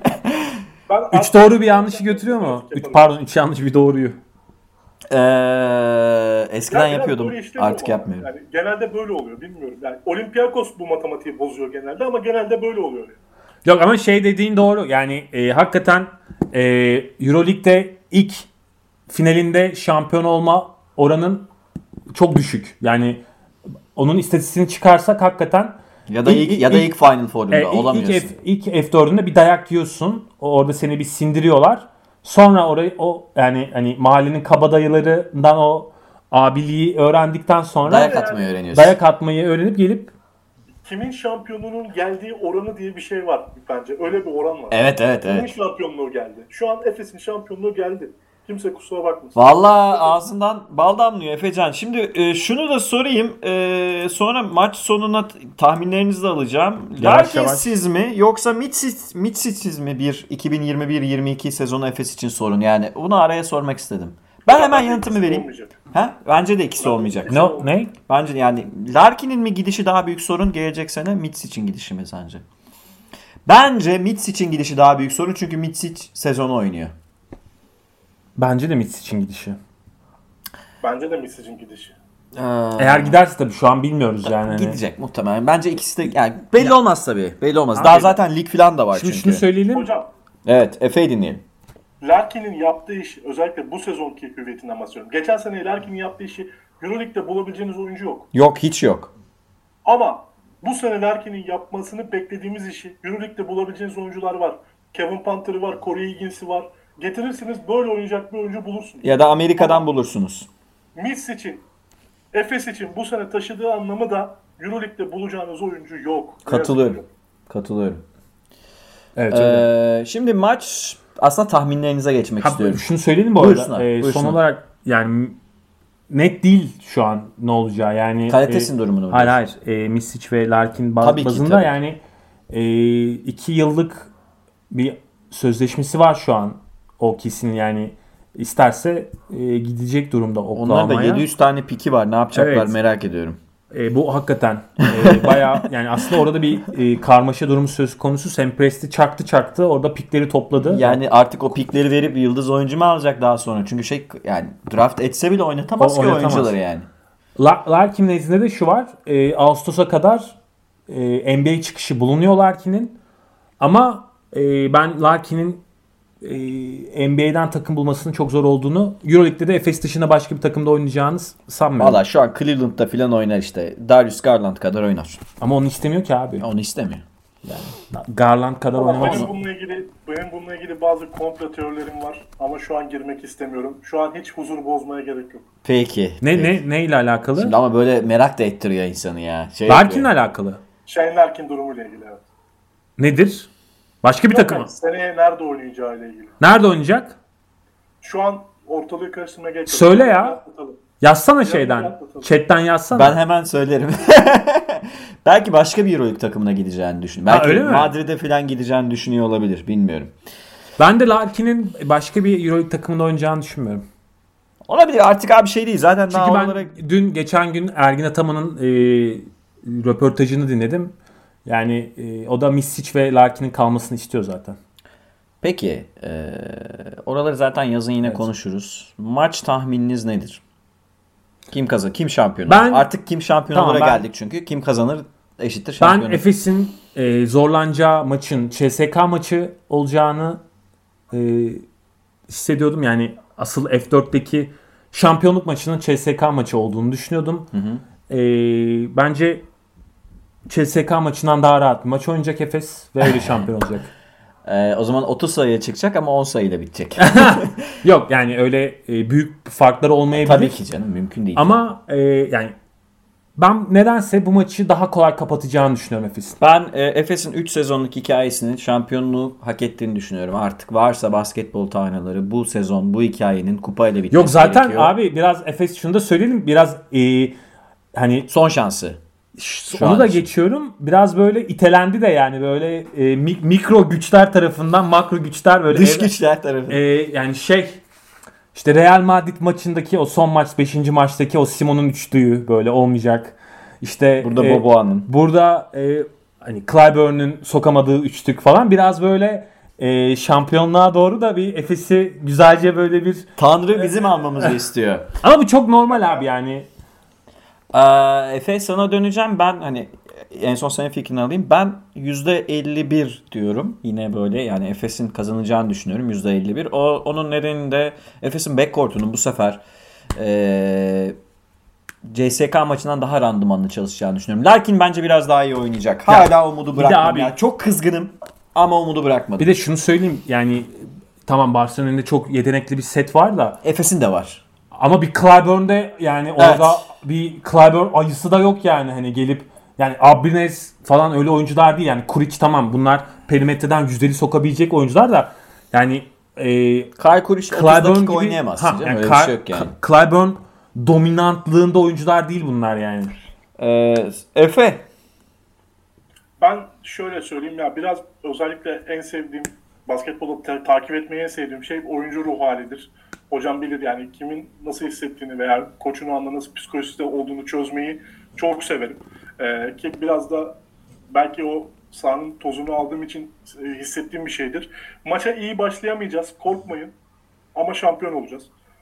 3 doğru bir yanlışı götürüyor mu? 3 yanlış bir doğruyu. Eskiden Yani biraz yapıyordum. böyle işlemiyor Artık ama yapmıyorum. Yani genelde böyle oluyor bilmiyorum. Yani Olympiakos bu matematiği bozuyor genelde ama genelde böyle oluyor. Yok ama şey dediğin doğru. Yani hakikaten Euroleague'de ilk finalinde şampiyon olma oranın çok düşük. Yani onun istatistiğini çıkarsak hakikaten Ya da ilk Final Four'unda olamıyorsun. İlk F4'ünde bir dayak yiyorsun. Orada seni bir sindiriyorlar. Sonra orayı yani hani mahallenin kabadayılarından o abiliği öğrendikten sonra Dayak atmayı öğreniyorsun. dayak atmayı öğrenip gelip Kimin şampiyonunun geldiği oranı diye bir şey var bence. Öyle bir oran var. Evet. Kimin şampiyonluğu geldi? Şu an Efes'in şampiyonluğu geldi. Kimse kusura bakmasın. Vallahi ağzından bal damlıyor Efecan. Şimdi şunu da sorayım. Sonra maç sonuna tahminlerinizi de alacağım. Yavaş Larkinsiz mi yoksa Mitsic'siz mi bir 2021-22 sezonu Efes için sorun? Yani bunu araya sormak istedim. Ben hemen yanıtımı vereyim. Olmayacak. Ha? Bence de ikisi olmayacak. ne? Bence yani Larkin'in mi gidişi daha büyük sorun, gelecek sene Mitsic'in gidişi mi sence? Bence Mitsic'in gidişi daha büyük sorun çünkü Mitsic sezonu oynuyor. Bence de Mitsic'in gidişi. Bence de Misic'in gidişi. Eğer giderse tabii şu an bilmiyoruz yani. Gidecek muhtemelen. Bence ikisi de yani belli olmaz tabii. Belli olmaz. Abi, Daha zaten lig falan da var Şimdi çünkü. şunu söyleyelim. Hocam, Evet, Efe'yi dinleyelim. Larkin'in yaptığı iş, özellikle bu sezonki hüviyetinden bahsediyorum. Geçen sene Larkin'in yaptığı işi Euroleague'de bulabileceğiniz oyuncu yok. Yok, hiç yok. Ama bu sene Larkin'in yapmasını beklediğimiz işi Euroleague'de bulabileceğiniz oyuncular var. Kevin Panther'ı var, Corey Higgins'i var. Getirirsiniz böyle oynayacak bir oyuncu bulursunuz. Ya da Amerika'dan bulursunuz. Miss için, Efes için bu sene taşıdığı anlamı da Euroleague'de bulacağınız oyuncu yok. Katılıyorum. Evet, öyle. Şimdi maç aslında tahminlerinize geçmek istiyorum. Şunu söyleyelim bu arada. Buyursunlar. Son olarak yani net değil şu an ne olacağı. Yani Kalitesinin durumunu Hayır. Misic ve Larkin Tabii ki, bazında tabii. yani 2 yıllık bir sözleşmesi var şu an. O kesin yani isterse gidecek durumda Onların da Oklahoma'ya. 700 tane piki var. Ne yapacaklar Evet. merak ediyorum. Bu hakikaten bayağı yani aslında orada bir karmaşa durumu söz konusu. Sam Presti çaktı orada pikleri topladı. Yani artık o pikleri verip yıldız oyuncu mu alacak daha sonra? Çünkü yani draft etse bile oynatamaz ki Oynatamaz. oyuncuları yani. Larkin nezdinde de şu var. Ağustos'a kadar NBA çıkışı bulunuyor Larkin'in. Ama ben Larkin'in NBA'den takım bulmasının çok zor olduğunu, Euroleague'de de Efes dışında başka bir takımda oynayacağını sanmıyorum. Valla şu an Cleveland'da falan oynar işte. Darius Garland kadar oynar. Ama onu istemiyor ki abi. Onu istemiyor. Garland kadar oynamak Benim bununla ilgili bazı komplo teorilerim var ama şu an girmek istemiyorum. Şu an hiç huzur bozmaya gerek yok. Peki. Ne ile alakalı? Şimdi ama böyle merak da ettiriyor insanı ya. Larkin'le alakalı. Shane Larkin durumuyla ilgili, evet. Nedir? Başka bir takım mı? Seneye nerede oynayacağıyla ilgili. Nerede oynayacak? Şu an ortalığı karıştırmaya gerek yok. Söyle ya. Atlatalım. Yazsana Biraz şeyden. atlatalım. Chat'ten yazsana. Ben hemen söylerim. Belki başka bir Euroleague takımına gideceğini düşünüyorum. Belki öyle mi? Madrid'e falan gideceğini düşünüyor olabilir. Bilmiyorum. Ben de Larkin'in başka bir Euroleague takımında oynayacağını düşünmüyorum. Olabilir. Artık abi şey değil. Zaten Çünkü daha ben olarak... geçen gün Ergin Ataman'ın röportajını dinledim. Yani o da Misic ve Larkin'in kalmasını istiyor zaten. Peki. Oraları zaten yazın yine konuşuruz. Maç tahmininiz nedir? Kim kazanır? Kim şampiyon olur? Artık kim şampiyon olur'a geldik çünkü. Kim kazanır eşittir şampiyon. Ben Efes'in zorlanacağı maçın CSK maçı olacağını hissediyordum. Yani asıl F4'teki şampiyonluk maçının CSK maçı olduğunu düşünüyordum. Bence CSK maçından daha rahat bir maç oynayacak Efes ve öyle şampiyon olacak. O zaman 30 sayıya çıkacak ama 10 sayıyla bitecek. Yok yani öyle büyük farkları olmayabilir. Tabii ki canım, mümkün değil. Ama yani ben nedense bu maçı daha kolay kapatacağını düşünüyorum Efes'in. Ben Efes'in 3 sezonluk hikayesinin şampiyonluğu hak ettiğini düşünüyorum. Artık varsa basketbol tanrıları bu sezon bu hikayenin kupayla bitmesi Yok zaten gerekiyor. abi biraz Efes şunu da söyleyelim. Biraz hani son şansı. Onu da geçiyorum. Biraz böyle itelendi de yani böyle mikro güçler tarafından makro güçler böyle. Dış güçler tarafından. Yani işte Real Madrid maçındaki o son maç 5. maçtaki o Simon'un üçlüğü böyle olmayacak. İşte burada Boboa'nın. Burada hani Clyburn'un sokamadığı üçlük falan biraz böyle şampiyonluğa doğru da bir Efes'i güzelce böyle bir Tanrı bizim almamızı istiyor. Ama bu çok normal abi yani. Efe sana döneceğim. Ben hani en son senin fikrini alayım. Ben %51 diyorum. Yine böyle yani Efes'in kazanacağını düşünüyorum %51. Onun nedeni de Efes'in backcourt'unun bu sefer CSK maçından daha randımanlı çalışacağını düşünüyorum. Larkin bence biraz daha iyi oynayacak. Hala umudu bırakmadım. abi, Yani çok kızgınım ama umudu bırakmadım. Bir de şunu söyleyeyim yani tamam Barcelona'nın önünde çok yetenekli bir set var da Efes'in de var. ama bir Clyburn'de yani orada bir Clyburn ayısı da yok yani hani gelip yani Abrines falan öyle oyuncular değil yani Kuric tamam bunlar perimetreden yüzdeli sokabilecek oyuncular da yani Kyle Kuric 30 dakika oynayamazsın canım. Öyle bir şey yok yani. Clyburn dominantlığında oyuncular değil bunlar yani. Efe. Ben şöyle söyleyeyim ya biraz özellikle en sevdiğim basketbolu takip etmeyi en sevdiğim şey oyuncu ruh halidir. Hocam bilir yani kimin nasıl hissettiğini veya koçun o anda nasıl psikolojide olduğunu çözmeyi çok severim. Ki biraz da belki o sahanın tozunu aldığım için hissettiğim bir şeydir. Maça iyi başlayamayacağız, korkmayın ama şampiyon olacağız.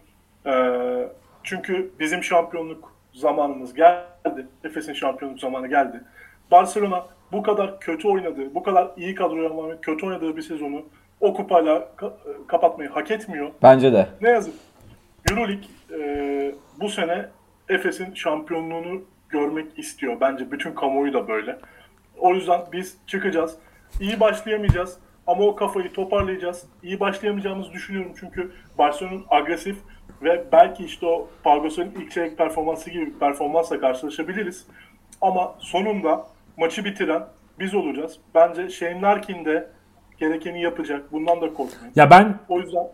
Çünkü bizim şampiyonluk zamanımız geldi. Efes'in şampiyonluk zamanı geldi. Barcelona bu kadar kötü oynadığı, bu kadar iyi kadroyla kötü oynadığı bir sezonu o kupayla kapatmayı hak etmiyor. Bence de. Ne yazık. Euroleague bu sene Efes'in şampiyonluğunu görmek istiyor. Bence bütün kamuoyu da böyle. O yüzden biz çıkacağız. İyi başlayamayacağız ama o kafayı toparlayacağız. İyi başlayamayacağımızı düşünüyorum çünkü Barcelona'nın agresif ve belki işte o Pau Gasol'ün ilk çeyrek performansı gibi bir performansla karşılaşabiliriz. Ama sonunda maçı bitiren biz olacağız. Bence Shane Larkin de gerekeni yapacak. Bundan da korkmayın. Ya o yüzden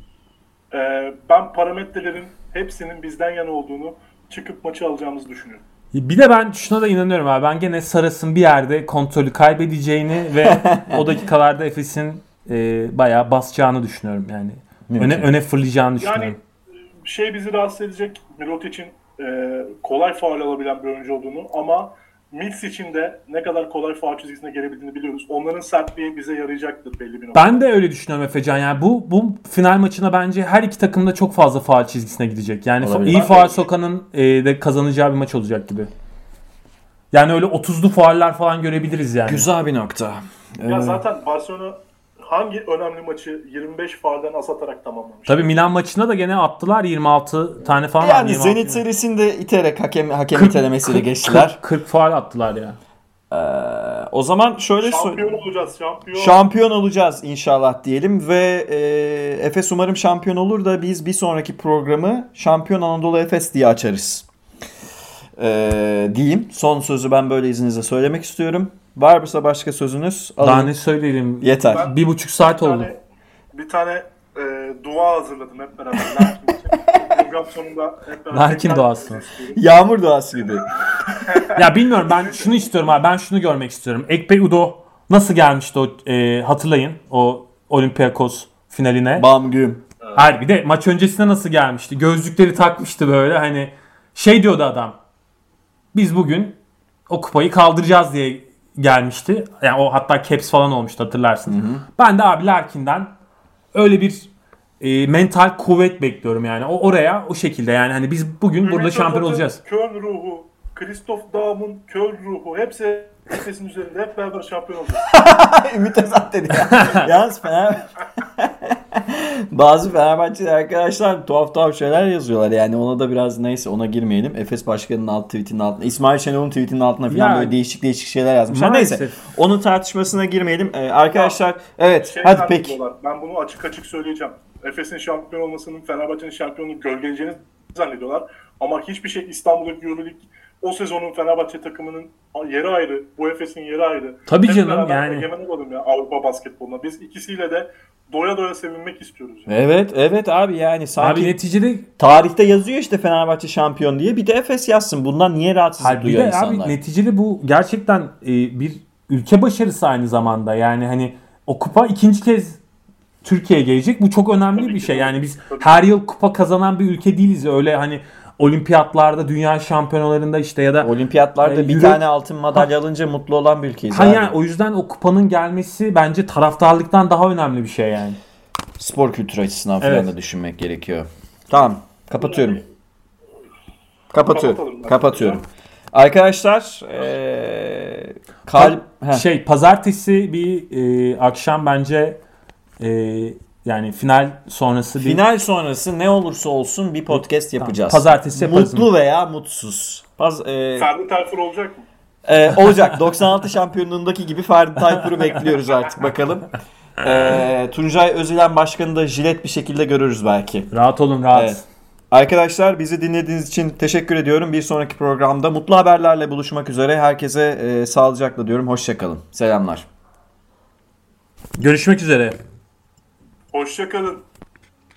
ben parametrelerin hepsinin bizden yana olduğunu çıkıp maçı alacağımızı düşünüyorum. Bir de ben şuna da inanıyorum abi. Ben gene Saras'ın bir yerde kontrolü kaybedeceğini ve o dakikalarda Efes'in bayağı basacağını düşünüyorum yani. Öne fırlayacağını düşünüyorum. Yani bizi rahatsız edecek Mirotic'in kolay faul alabilen bir oyuncu olduğunu ama Mills için de ne kadar kolay faul çizgisine gelebildiğini biliyoruz. Onların sertliği bize yarayacaktır belli bir noktada. Ben de öyle düşünüyorum Efecan. Yani bu final maçına bence her iki takım da çok fazla faul çizgisine gidecek. Yani iyi faul sokanın de kazanacağı bir maç olacak gibi. Yani öyle 30'lu fauller falan görebiliriz yani. Güzel bir nokta. Ya zaten Barcelona hangi önemli maçı 25 faulden as atarak tamamlamış? Tabii Milan maçına da gene attılar 26 tane falan. Yani Zenit serisinde iterek hakem itelemesiyle geçtiler. 40 faul attılar ya. O zaman şöyle şampiyon olacağız. Şampiyon olacağız inşallah diyelim ve Efes umarım şampiyon olur da biz bir sonraki programı Şampiyon Anadolu Efes diye açarız. Diyeyim. Son sözü ben böyle izninizle söylemek istiyorum. Var mı başka sözünüz? Alın. Daha ne söyleyelim? Yeter. 1,5 saat oldu. Bir tane dua hazırladım hep beraber. Larkin için. Program sonunda hep beraber. Larkin duası. Yağmur duası gibi. Ya bilmiyorum ben şunu istiyorum abi. Ben şunu görmek istiyorum. Ekpe Udo nasıl gelmişti o hatırlayın o Olympiakos finaline. Bam güm. Hayır bir de maç öncesinde nasıl gelmişti? Gözlükleri takmıştı böyle hani diyordu adam. Biz bugün o kupayı kaldıracağız diye gelmişti. Yani o hatta caps falan olmuştu hatırlarsın. Hı hı. Ben de abi Larkin'den öyle bir mental kuvvet bekliyorum yani. O oraya o şekilde yani hani biz bugün burada şampiyon olacağız. Köln ruhu, Christoph Daum'un Köln ruhu hepsi Efes'in üzerinde hep beraber şampiyon olacağız. Ümit Özat dedi ya. Yalnız bazı Fenerbahçeli arkadaşlar tuhaf şeyler yazıyorlar. Yani ona da biraz neyse ona girmeyelim. Efes Başkanı'nın tweetinin altına, İsmail Şenol'un tweetinin altına falan böyle değişik şeyler yazmışlar. Neyse onun tartışmasına girmeyelim. Arkadaşlar evet hadi peki. Ben bunu açık söyleyeceğim. Efes'in şampiyon olmasının Fenerbahçe'nin şampiyonluğu gölgeleyeceğini zannediyorlar. Ama hiçbir şey İstanbul'daki Euroleague o sezonun Fenerbahçe takımının yeri ayrı, bu Efes'in yeri ayrı. Tabii canım yani. Egemen olalım ya Avrupa basketboluna. Biz ikisiyle de doya sevinmek istiyoruz. Yani. Evet abi yani sanki abi neticede tarihte yazıyor işte Fenerbahçe şampiyon diye. Bir de Efes yazsın. Bundan niye rahatsızlık duyuyor insanlar? Abi neticede bu gerçekten bir ülke başarısı aynı zamanda. Yani hani o kupa ikinci kez Türkiye'ye gelecek. Bu çok önemli bir şey. Yani biz her yıl kupa kazanan bir ülke değiliz. Öyle hani olimpiyatlarda, dünya şampiyonalarında işte ya da olimpiyatlarda bir tane altın madalya alınca mutlu olan bir ülkeyiz. Yani o yüzden o kupanın gelmesi bence taraftarlıktan daha önemli bir şey yani. Spor kültürü açısından falan da düşünmek gerekiyor. Tamam, kapatıyorum. Kapatıyorum. Arkadaşlar Pazartesi bir akşam bence yani final sonrası final sonrası ne olursa olsun bir podcast yapacağız. Pazartesi yaparız. Mutlu veya mutsuz. Ferdi Tayfur olacak mı? Olacak. 96 şampiyonluğundaki gibi Ferdi Tayfur'u bekliyoruz artık bakalım. Tuncay Özülen Başkanı da jilet bir şekilde görürüz belki. Rahat olun, rahat. Evet. Arkadaşlar bizi dinlediğiniz için teşekkür ediyorum. Bir sonraki programda mutlu haberlerle buluşmak üzere. Herkese sağlıcakla diyorum. Hoşçakalın. Selamlar. Görüşmek üzere. Hoşça kalın.